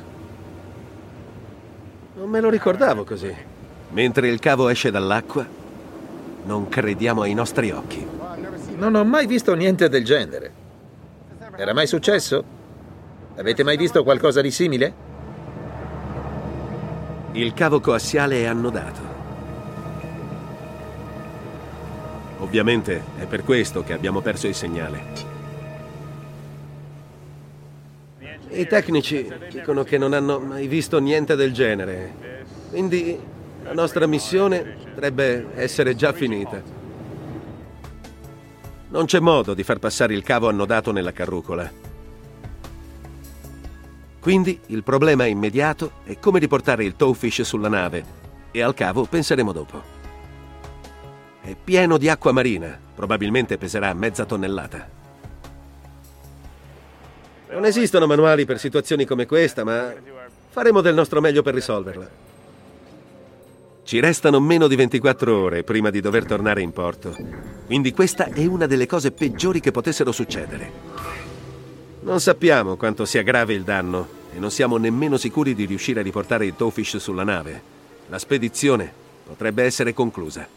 Non me lo ricordavo così. Mentre il cavo esce dall'acqua, non crediamo ai nostri occhi. Non ho mai visto niente del genere. Era mai successo? Avete mai visto qualcosa di simile? Il cavo coassiale è annodato. Ovviamente è per questo che abbiamo perso il segnale. I tecnici dicono che non hanno mai visto niente del genere, quindi la nostra missione potrebbe essere già finita. Non c'è modo di far passare il cavo annodato nella carrucola. Quindi il problema immediato è come riportare il towfish sulla nave e al cavo penseremo dopo. È pieno di acqua marina, probabilmente peserà mezza tonnellata. Non esistono manuali per situazioni come questa, ma faremo del nostro meglio per risolverla. Ci restano meno di ventiquattro ore prima di dover tornare in porto, quindi questa è una delle cose peggiori che potessero succedere. Non sappiamo quanto sia grave il danno e non siamo nemmeno sicuri di riuscire a riportare il towfish sulla nave. La spedizione potrebbe essere conclusa.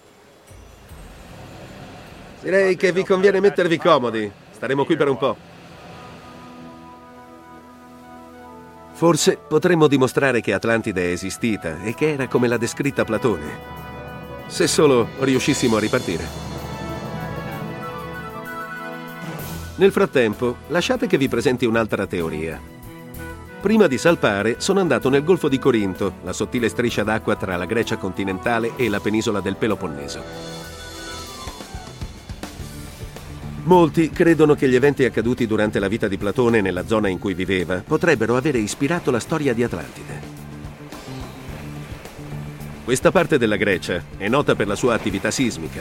Direi che vi conviene mettervi comodi. Staremo qui per un po'. Forse potremmo dimostrare che Atlantide è esistita e che era come l'ha descritta Platone. Se solo riuscissimo a ripartire. Nel frattempo, lasciate che vi presenti un'altra teoria. Prima di salpare, sono andato nel Golfo di Corinto, la sottile striscia d'acqua tra la Grecia continentale e la penisola del Peloponneso. Molti credono che gli eventi accaduti durante la vita di Platone nella zona in cui viveva potrebbero avere ispirato la storia di Atlantide. Questa parte della Grecia è nota per la sua attività sismica.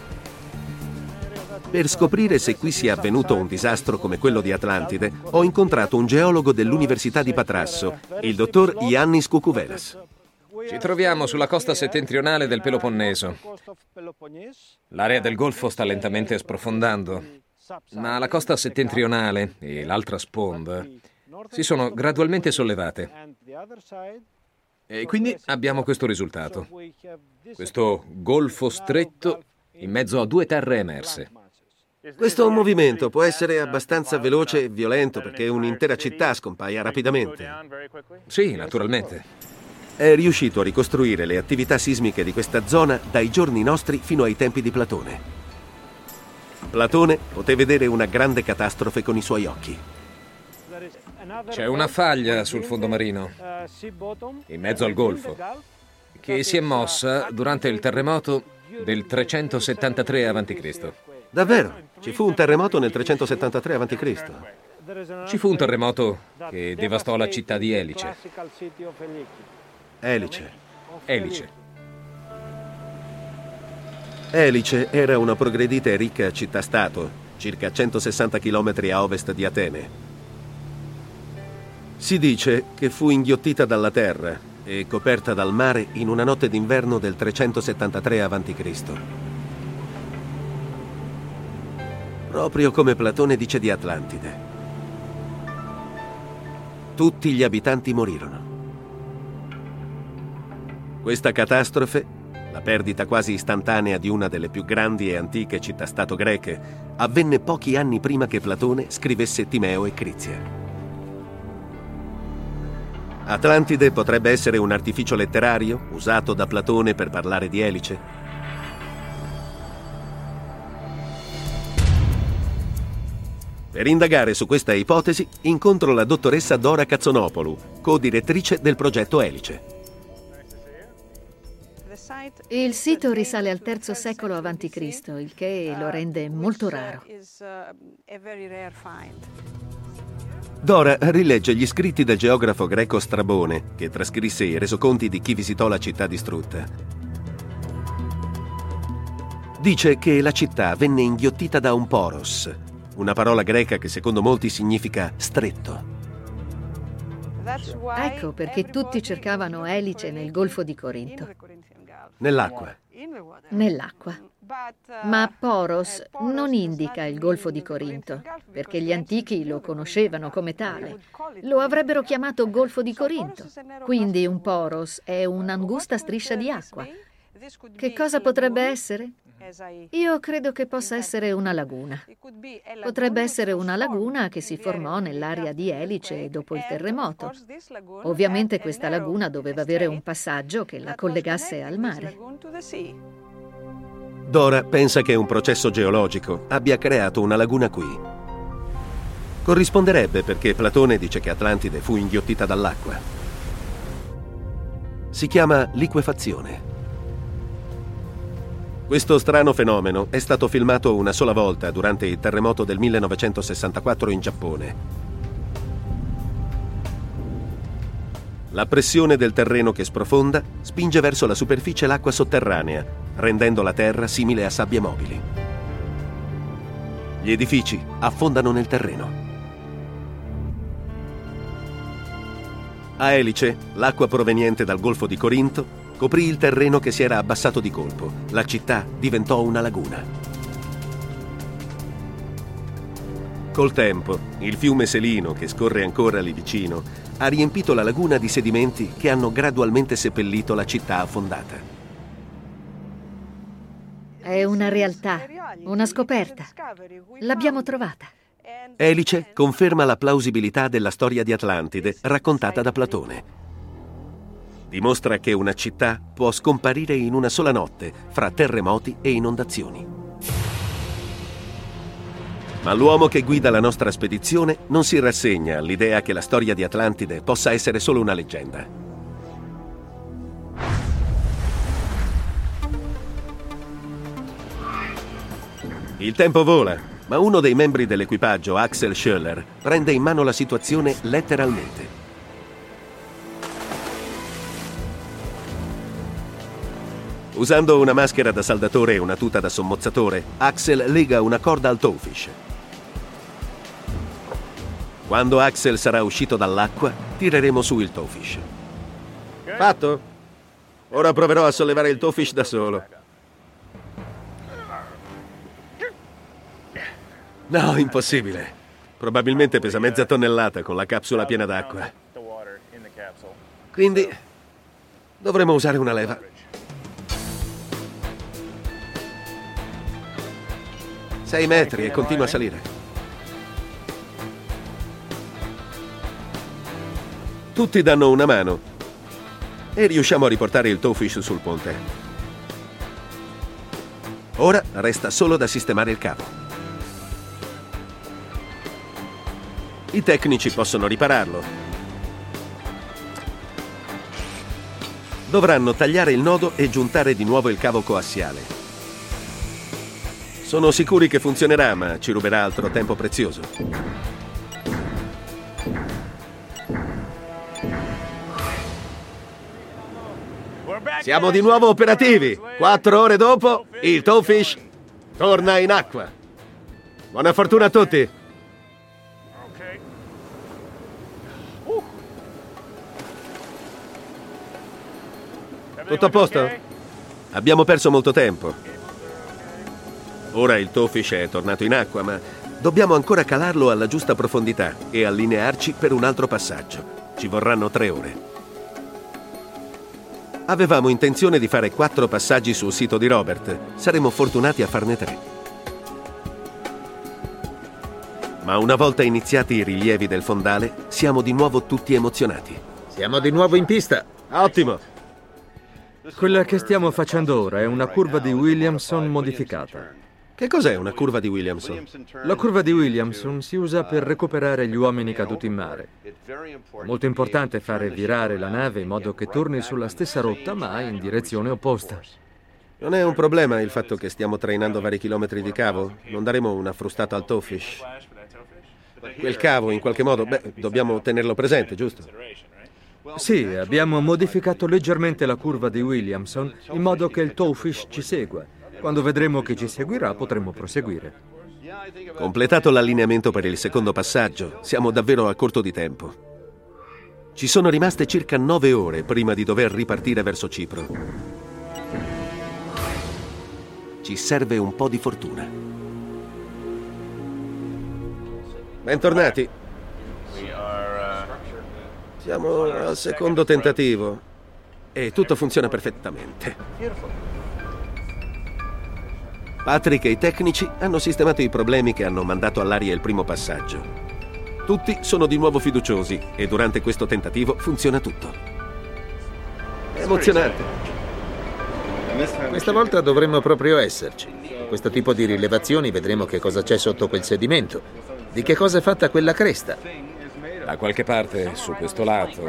Per scoprire se qui sia avvenuto un disastro come quello di Atlantide, ho incontrato un geologo dell'Università di Patrasso, il dottor Yannis Koukouvelas. Ci troviamo sulla costa settentrionale del Peloponneso. L'area del Golfo sta lentamente sprofondando, ma la costa settentrionale e l'altra sponda si sono gradualmente sollevate. E quindi abbiamo questo risultato. Questo golfo stretto in mezzo a due terre emerse. Questo movimento può essere abbastanza veloce e violento perché un'intera città scompaia rapidamente. Sì, naturalmente. È riuscito a ricostruire le attività sismiche di questa zona dai giorni nostri fino ai tempi di Platone. Platone poté vedere una grande catastrofe con i suoi occhi. C'è una faglia sul fondo marino, in mezzo al golfo, che si è mossa durante il terremoto del trecentosettantatré avanti Cristo. Davvero? Ci fu un terremoto nel trecentosettantatré avanti Cristo? Ci fu un terremoto che devastò la città di Elice. Elice. Elice. Elice era una progredita e ricca città-stato, circa centosessanta chilometri a ovest di Atene. Si dice che fu inghiottita dalla terra e coperta dal mare in una notte d'inverno del trecentosettantatré avanti Cristo. Proprio come Platone dice di Atlantide. Tutti gli abitanti morirono. Questa catastrofe, la perdita quasi istantanea di una delle più grandi e antiche città-stato greche, avvenne pochi anni prima che Platone scrivesse Timeo e Crizia. Atlantide potrebbe essere un artificio letterario usato da Platone per parlare di Elice? Per indagare su questa ipotesi, incontro la dottoressa Dora Katsonopoulou, co-direttrice del progetto Elice. Il sito risale al terzo secolo avanti Cristo, il che lo rende molto raro. Dora rilegge gli scritti del geografo greco Strabone, che trascrisse i resoconti di chi visitò la città distrutta. Dice che la città venne inghiottita da un poros, una parola greca che secondo molti significa stretto. Ecco perché tutti cercavano Elice nel golfo di Corinto. Nell'acqua. Nell'acqua. Ma Poros non indica il golfo di Corinto, perché gli antichi lo conoscevano come tale. Lo avrebbero chiamato golfo di Corinto. Quindi un Poros è un'angusta striscia di acqua. Che cosa potrebbe essere? Io credo che possa essere una laguna. Potrebbe essere una laguna che si formò nell'area di Elice dopo il terremoto. Ovviamente questa laguna doveva avere un passaggio che la collegasse al mare. Dora pensa che un processo geologico abbia creato una laguna qui. Corrisponderebbe perché Platone dice che Atlantide fu inghiottita dall'acqua. Si chiama liquefazione. Questo strano fenomeno è stato filmato una sola volta durante il terremoto del millenovecentosessantaquattro in Giappone. La pressione del terreno che sprofonda spinge verso la superficie l'acqua sotterranea, rendendo la terra simile a sabbie mobili. Gli edifici affondano nel terreno. A Elice, l'acqua proveniente dal golfo di Corinto coprì il terreno che si era abbassato di colpo. La città diventò una laguna. Col tempo, il fiume Selino, che scorre ancora lì vicino, ha riempito la laguna di sedimenti che hanno gradualmente seppellito la città affondata. È una realtà, una scoperta. L'abbiamo trovata. Elice conferma la plausibilità della storia di Atlantide raccontata da Platone. Dimostra che una città può scomparire in una sola notte fra terremoti e inondazioni. Ma l'uomo che guida la nostra spedizione non si rassegna all'idea che la storia di Atlantide possa essere solo una leggenda. Il tempo vola, ma uno dei membri dell'equipaggio, Axel Schöller, prende in mano la situazione letteralmente. Usando una maschera da saldatore e una tuta da sommozzatore, Axel lega una corda al towfish. Quando Axel sarà uscito dall'acqua, tireremo su il towfish. Fatto? Ora proverò a sollevare il towfish da solo. No, impossibile. Probabilmente pesa mezza tonnellata con la capsula piena d'acqua. Quindi dovremo usare una leva. Sei metri e continua a salire. Tutti danno una mano e riusciamo a riportare il towfish sul ponte. Ora resta solo da sistemare il cavo. I tecnici possono ripararlo. Dovranno tagliare il nodo e giuntare di nuovo il cavo coassiale. Sono sicuri che funzionerà, ma ci ruberà altro tempo prezioso. Siamo di nuovo operativi. Quattro ore dopo, il Towfish torna in acqua. Buona fortuna a tutti. Tutto a posto? Abbiamo perso molto tempo. Ora il Towfish è tornato in acqua, ma dobbiamo ancora calarlo alla giusta profondità e allinearci per un altro passaggio. Ci vorranno tre ore. Avevamo intenzione di fare quattro passaggi sul sito di Robert. Saremmo fortunati a farne tre. Ma una volta iniziati i rilievi del fondale, siamo di nuovo tutti emozionati. Siamo di nuovo in pista. Ottimo! Quella che stiamo facendo ora è una curva di Williamson modificata. Che cos'è una curva di Williamson? La curva di Williamson si usa per recuperare gli uomini caduti in mare. È molto importante fare virare la nave in modo che torni sulla stessa rotta, ma in direzione opposta. Non è un problema il fatto che stiamo trainando vari chilometri di cavo? Non daremo una frustata al Towfish? Quel cavo, in qualche modo, beh, dobbiamo tenerlo presente, giusto? Sì, abbiamo modificato leggermente la curva di Williamson in modo che il Towfish ci segua. Quando vedremo che ci seguirà, potremo proseguire. Completato l'allineamento per il secondo passaggio, siamo davvero a corto di tempo. Ci sono rimaste circa nove ore prima di dover ripartire verso Cipro. Ci serve un po' di fortuna. Bentornati. Siamo al secondo tentativo e tutto funziona perfettamente. Patrick e i tecnici hanno sistemato i problemi che hanno mandato all'aria il primo passaggio. Tutti sono di nuovo fiduciosi e durante questo tentativo funziona tutto. È emozionante. Questa volta dovremmo proprio esserci. Con questo tipo di rilevazioni vedremo che cosa c'è sotto quel sedimento. Di che cosa è fatta quella cresta? Da qualche parte, su questo lato.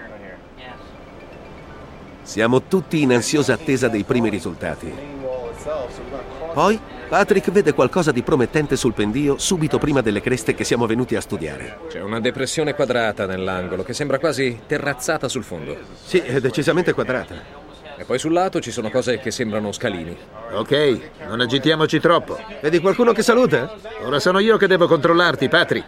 Siamo tutti in ansiosa attesa dei primi risultati. Poi Patrick vede qualcosa di promettente sul pendio subito prima delle creste che siamo venuti a studiare. C'è una depressione quadrata nell'angolo che sembra quasi terrazzata sul fondo. Sì, è decisamente quadrata. E poi sul lato ci sono cose che sembrano scalini. Ok, non agitiamoci troppo. Vedi qualcuno che saluta? Ora sono io che devo controllarti, Patrick.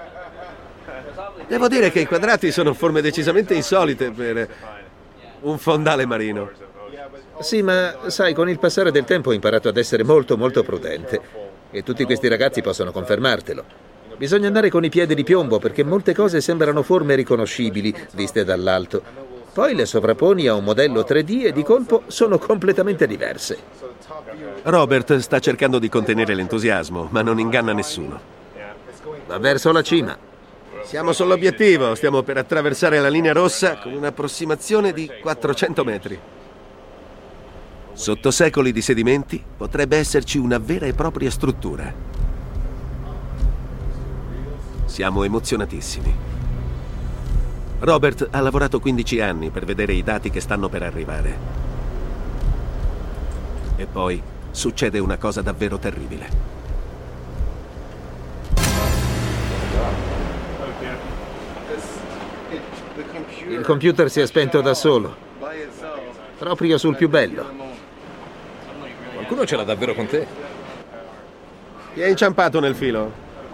Devo dire che i quadrati sono forme decisamente insolite per un fondale marino. Sì, ma sai, con il passare del tempo ho imparato ad essere molto, molto prudente. E tutti questi ragazzi possono confermartelo. Bisogna andare con i piedi di piombo perché molte cose sembrano forme riconoscibili viste dall'alto. Poi le sovrapponi a un modello tre D e di colpo sono completamente diverse. Robert sta cercando di contenere l'entusiasmo, ma non inganna nessuno. Va verso la cima. Siamo sull'obiettivo, stiamo per attraversare la linea rossa con un'approssimazione di quattrocento metri. Sotto secoli di sedimenti potrebbe esserci una vera e propria struttura. Siamo emozionatissimi. Robert ha lavorato quindici anni per vedere i dati che stanno per arrivare. E poi succede una cosa davvero terribile. Il computer si è spento da solo. Proprio sul più bello. Qualcuno ce l'ha davvero con te? Ti è inciampato nel filo.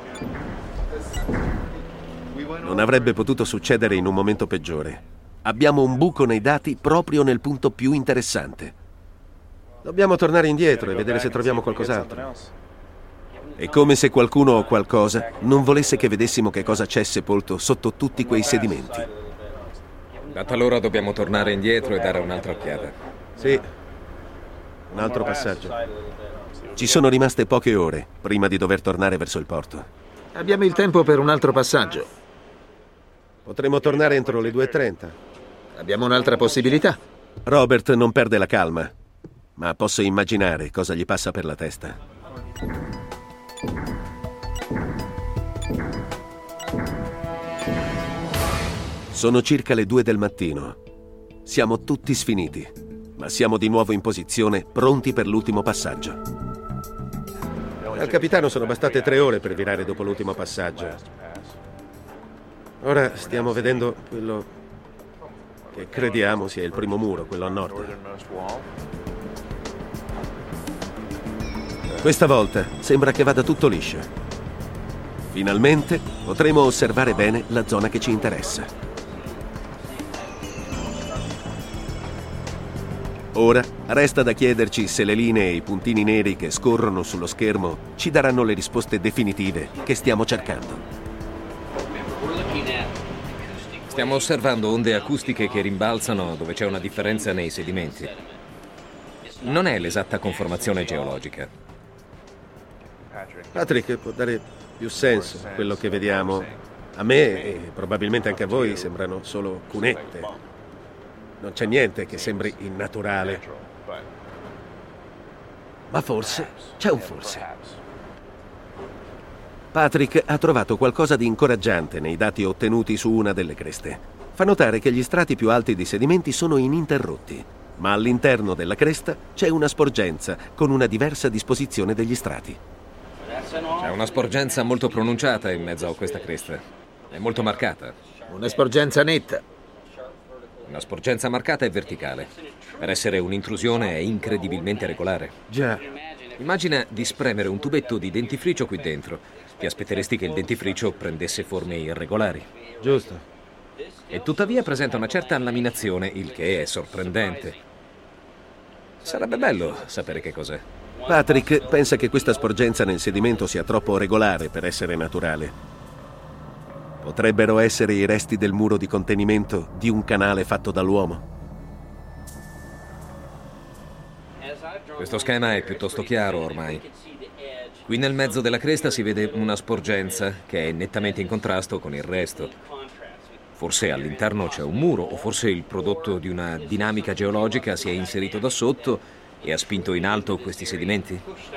Non avrebbe potuto succedere in un momento peggiore. Abbiamo un buco nei dati proprio nel punto più interessante. Dobbiamo tornare indietro e vedere se troviamo qualcos'altro. È come se qualcuno o qualcosa non volesse che vedessimo che cosa c'è sepolto sotto tutti quei sedimenti. Da talora dobbiamo tornare indietro e dare un'altra occhiata. Sì, un altro passaggio. Ci sono rimaste poche ore prima di dover tornare verso il porto. Abbiamo il tempo per un altro passaggio. Potremmo tornare entro le due e trenta. Abbiamo un'altra possibilità. Robert non perde la calma, ma posso immaginare cosa gli passa per la testa. Sono circa le due del mattino. Siamo tutti sfiniti, ma siamo di nuovo in posizione, pronti per l'ultimo passaggio. Al capitano sono bastate tre ore per virare dopo l'ultimo passaggio. Ora stiamo vedendo quello che crediamo sia il primo muro, quello a nord. Questa volta sembra che vada tutto liscio. Finalmente potremo osservare bene la zona che ci interessa. Ora resta da chiederci se le linee e i puntini neri che scorrono sullo schermo ci daranno le risposte definitive che stiamo cercando. Stiamo osservando onde acustiche che rimbalzano dove c'è una differenza nei sedimenti. Non è l'esatta conformazione geologica. Patrick, può dare più senso a quello che vediamo. A me e probabilmente anche a voi sembrano solo cunette. Non c'è niente che sembri innaturale. Ma forse c'è un forse. Patrick ha trovato qualcosa di incoraggiante nei dati ottenuti su una delle creste. Fa notare che gli strati più alti di sedimenti sono ininterrotti, ma all'interno della cresta c'è una sporgenza con una diversa disposizione degli strati. C'è una sporgenza molto pronunciata in mezzo a questa cresta. È molto marcata. Una sporgenza netta. Una sporgenza marcata e verticale. Per essere un'intrusione è incredibilmente regolare. Già. Immagina di spremere un tubetto di dentifricio qui dentro. Ti aspetteresti che il dentifricio prendesse forme irregolari. Giusto. E tuttavia presenta una certa laminazione, il che è sorprendente. Sarebbe bello sapere che cos'è. Patrick pensa che questa sporgenza nel sedimento sia troppo regolare per essere naturale. Potrebbero essere i resti del muro di contenimento di un canale fatto dall'uomo. Questo schema è piuttosto chiaro ormai. Qui nel mezzo della cresta si vede una sporgenza che è nettamente in contrasto con il resto. Forse all'interno c'è un muro, o forse il prodotto di una dinamica geologica si è inserito da sotto e ha spinto in alto questi sedimenti.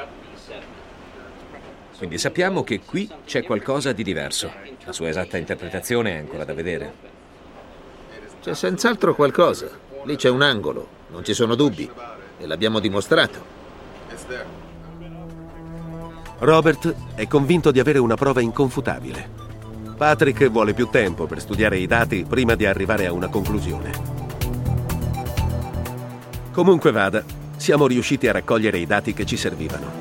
Quindi sappiamo che qui c'è qualcosa di diverso. La sua esatta interpretazione è ancora da vedere. C'è senz'altro qualcosa. Lì c'è un angolo, non ci sono dubbi. E l'abbiamo dimostrato. Robert è convinto di avere una prova inconfutabile. Patrick vuole più tempo per studiare i dati prima di arrivare a una conclusione. Comunque vada, siamo riusciti a raccogliere i dati che ci servivano.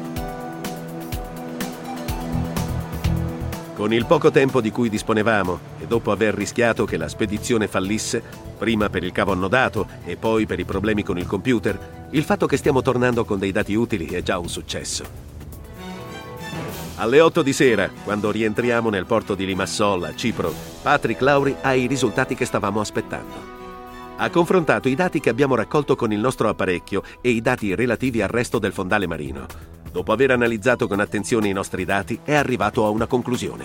Con il poco tempo di cui disponevamo e dopo aver rischiato che la spedizione fallisse, prima per il cavo annodato e poi per i problemi con il computer, il fatto che stiamo tornando con dei dati utili è già un successo. Alle otto di sera, quando rientriamo nel porto di Limassol, a Cipro, Patrick Lowry ha i risultati che stavamo aspettando. Ha confrontato i dati che abbiamo raccolto con il nostro apparecchio e i dati relativi al resto del fondale marino. Dopo aver analizzato con attenzione i nostri dati, è arrivato a una conclusione.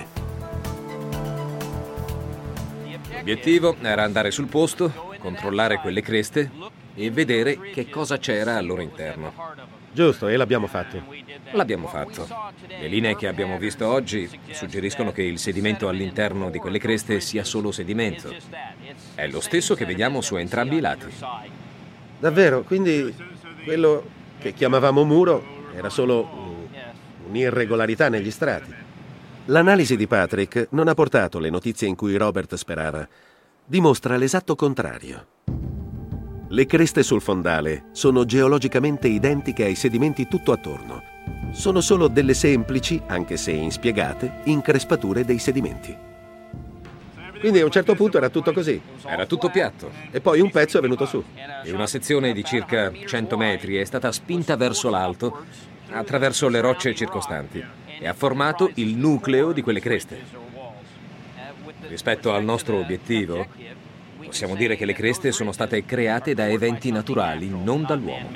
L'obiettivo era andare sul posto, controllare quelle creste e vedere che cosa c'era al loro interno. Giusto, e l'abbiamo fatto. L'abbiamo fatto. Le linee che abbiamo visto oggi suggeriscono che il sedimento all'interno di quelle creste sia solo sedimento. È lo stesso che vediamo su entrambi i lati. Davvero? Quindi quello che chiamavamo muro era solo un'irregolarità negli strati. L'analisi di Patrick non ha portato le notizie in cui Robert sperava. Dimostra l'esatto contrario. Le creste sul fondale sono geologicamente identiche ai sedimenti tutto attorno. Sono solo delle semplici, anche se inspiegate, increspature dei sedimenti. Quindi a un certo punto era tutto così. Era tutto piatto. E poi un pezzo è venuto su. E una sezione di circa cento metri è stata spinta verso l'alto attraverso le rocce circostanti e ha formato il nucleo di quelle creste. Rispetto al nostro obiettivo, possiamo dire che le creste sono state create da eventi naturali, non dall'uomo.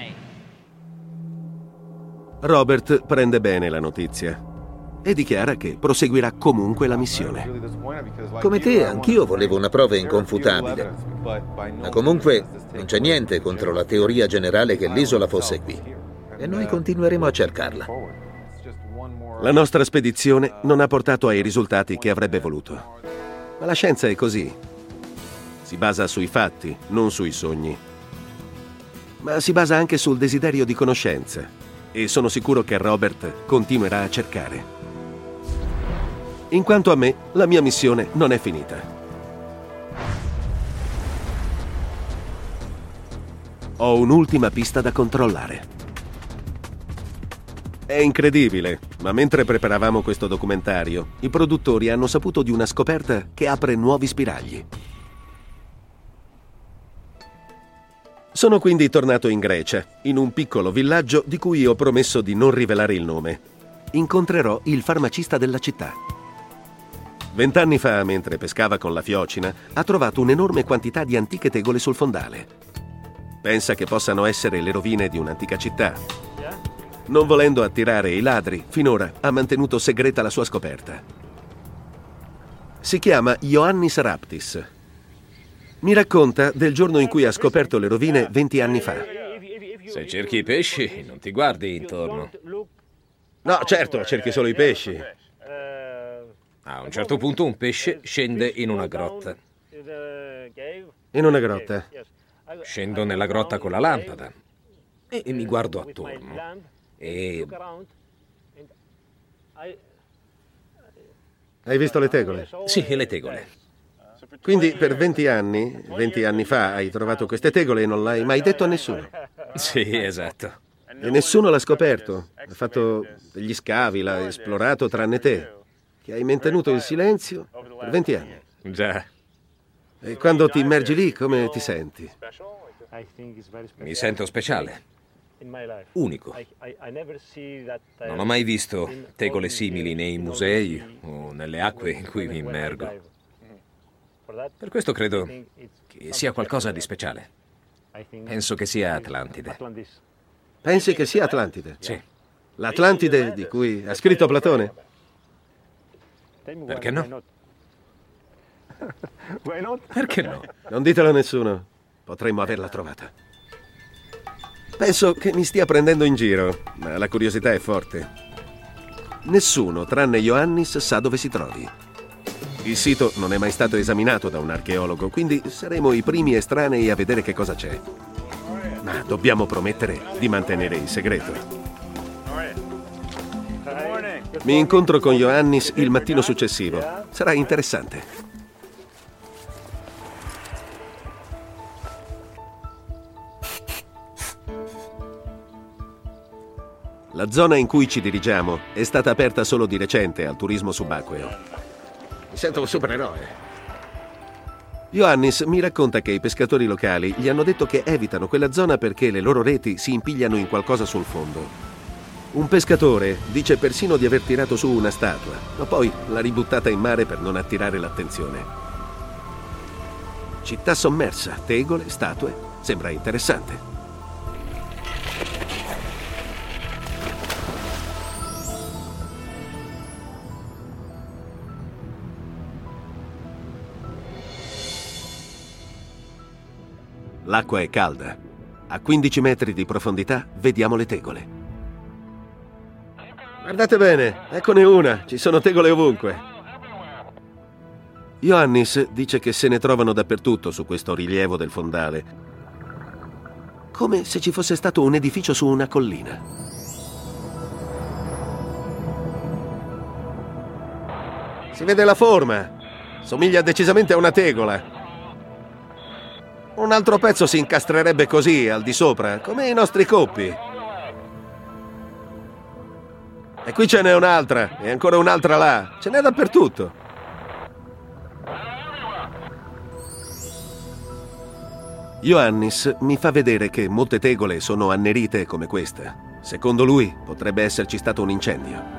Robert prende bene la notizia e dichiara che proseguirà comunque la missione. Come te, anch'io volevo una prova inconfutabile. Ma comunque non c'è niente contro la teoria generale che l'isola fosse qui. E noi continueremo a cercarla. La nostra spedizione non ha portato ai risultati che avrebbe voluto. Ma la scienza è così. Si basa sui fatti, non sui sogni. Ma si basa anche sul desiderio di conoscenza. E sono sicuro che Robert continuerà a cercare. In quanto a me, la mia missione non è finita. Ho un'ultima pista da controllare. È incredibile, ma mentre preparavamo questo documentario, i produttori hanno saputo di una scoperta che apre nuovi spiragli. Sono quindi tornato in Grecia, in un piccolo villaggio di cui ho promesso di non rivelare il nome. Incontrerò il farmacista della città. Vent'anni fa, mentre pescava con la fiocina, ha trovato un'enorme quantità di antiche tegole sul fondale. Pensa che possano essere le rovine di un'antica città. Non volendo attirare i ladri, finora ha mantenuto segreta la sua scoperta. Si chiama Ioannis Raptis. Mi racconta del giorno in cui ha scoperto le rovine venti anni fa. Se cerchi i pesci, non ti guardi intorno. No, certo, cerchi solo i pesci. A un certo punto un pesce scende in una grotta. In una grotta? Scendo nella grotta con la lampada e, e mi guardo attorno. E... Hai visto le tegole? Sì, le tegole. Quindi per venti anni, venti anni fa, hai trovato queste tegole e non l'hai mai detto a nessuno? Sì, esatto. E nessuno l'ha scoperto? Ha fatto degli scavi, l'ha esplorato tranne te, che hai mantenuto il silenzio per venti anni. Già. E quando ti immergi lì, come ti senti? Mi sento speciale. Unico. Non ho mai visto tegole simili nei musei o nelle acque in cui mi immergo. Per questo credo che sia qualcosa di speciale. Penso che sia Atlantide. Pensi che sia Atlantide? Sì. L'Atlantide di cui ha scritto Platone? Perché no? Perché no? Non ditelo a nessuno. Potremmo averla trovata. Penso che mi stia prendendo in giro, ma la curiosità è forte. Nessuno, tranne Ioannis, sa dove si trovi. Il sito non è mai stato esaminato da un archeologo, quindi saremo i primi estranei a vedere che cosa c'è. Ma dobbiamo promettere di mantenere il segreto. Mi incontro con Ioannis il mattino successivo. Sarà interessante. La zona in cui ci dirigiamo è stata aperta solo di recente al turismo subacqueo. Mi sento un supereroe. Ioannis mi racconta che i pescatori locali gli hanno detto che evitano quella zona perché le loro reti si impigliano in qualcosa sul fondo. Un pescatore dice persino di aver tirato su una statua, ma poi l'ha ributtata in mare per non attirare l'attenzione. Città sommersa, tegole, statue, sembra interessante. L'acqua è calda. A quindici metri di profondità vediamo le tegole. Guardate bene, eccone una, ci sono tegole ovunque. Ioannis dice che se ne trovano dappertutto su questo rilievo del fondale, come se ci fosse stato un edificio su una collina. Si vede la forma, somiglia decisamente a una tegola. Un altro pezzo si incastrerebbe così, al di sopra, come i nostri coppi. E qui ce n'è un'altra, e ancora un'altra là. Ce n'è dappertutto. Ioannis mi fa vedere che molte tegole sono annerite come questa. Secondo lui, potrebbe esserci stato un incendio.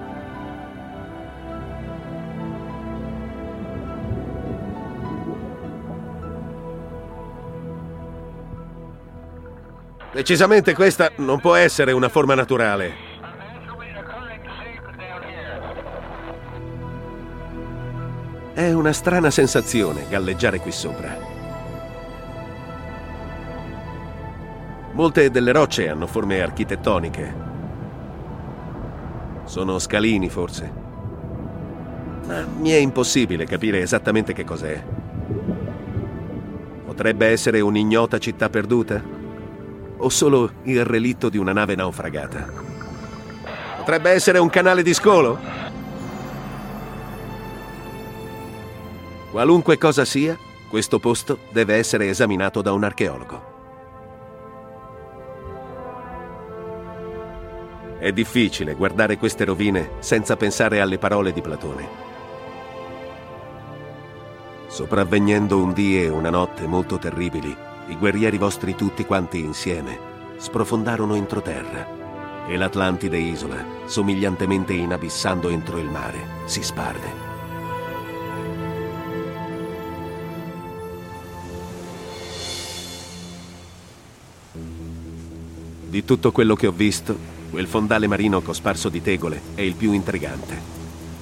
Decisamente questa non può essere una forma naturale. È una strana sensazione galleggiare qui sopra. Molte delle rocce hanno forme architettoniche. Sono scalini, forse. Ma mi è impossibile capire esattamente che cos'è. Potrebbe essere un'ignota città perduta? O solo il relitto di una nave naufragata? Potrebbe essere un canale di scolo? Qualunque cosa sia, questo posto deve essere esaminato da un archeologo. È difficile guardare queste rovine senza pensare alle parole di Platone. Sopravvenendo un dì e una notte molto terribili, i guerrieri vostri tutti quanti insieme sprofondarono entroterra e l'Atlantide isola, somigliantemente inabissando entro il mare, si sparve. Di tutto quello che ho visto, quel fondale marino cosparso di tegole è il più intrigante.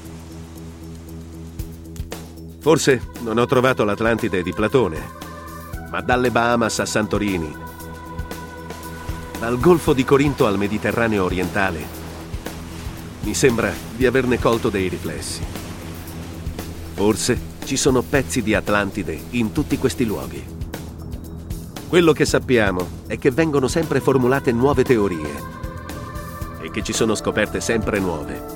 Forse non ho trovato l'Atlantide di Platone, ma dalle Bahamas a Santorini, dal Golfo di Corinto al Mediterraneo orientale, mi sembra di averne colto dei riflessi. Forse ci sono pezzi di Atlantide in tutti questi luoghi. Quello che sappiamo è che vengono sempre formulate nuove teorie e che ci sono scoperte sempre nuove.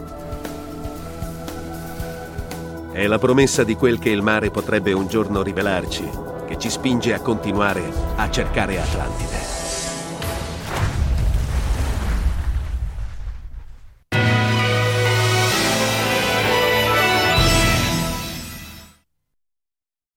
È la promessa di quel che il mare potrebbe un giorno rivelarci che ci spinge a continuare a cercare Atlantide.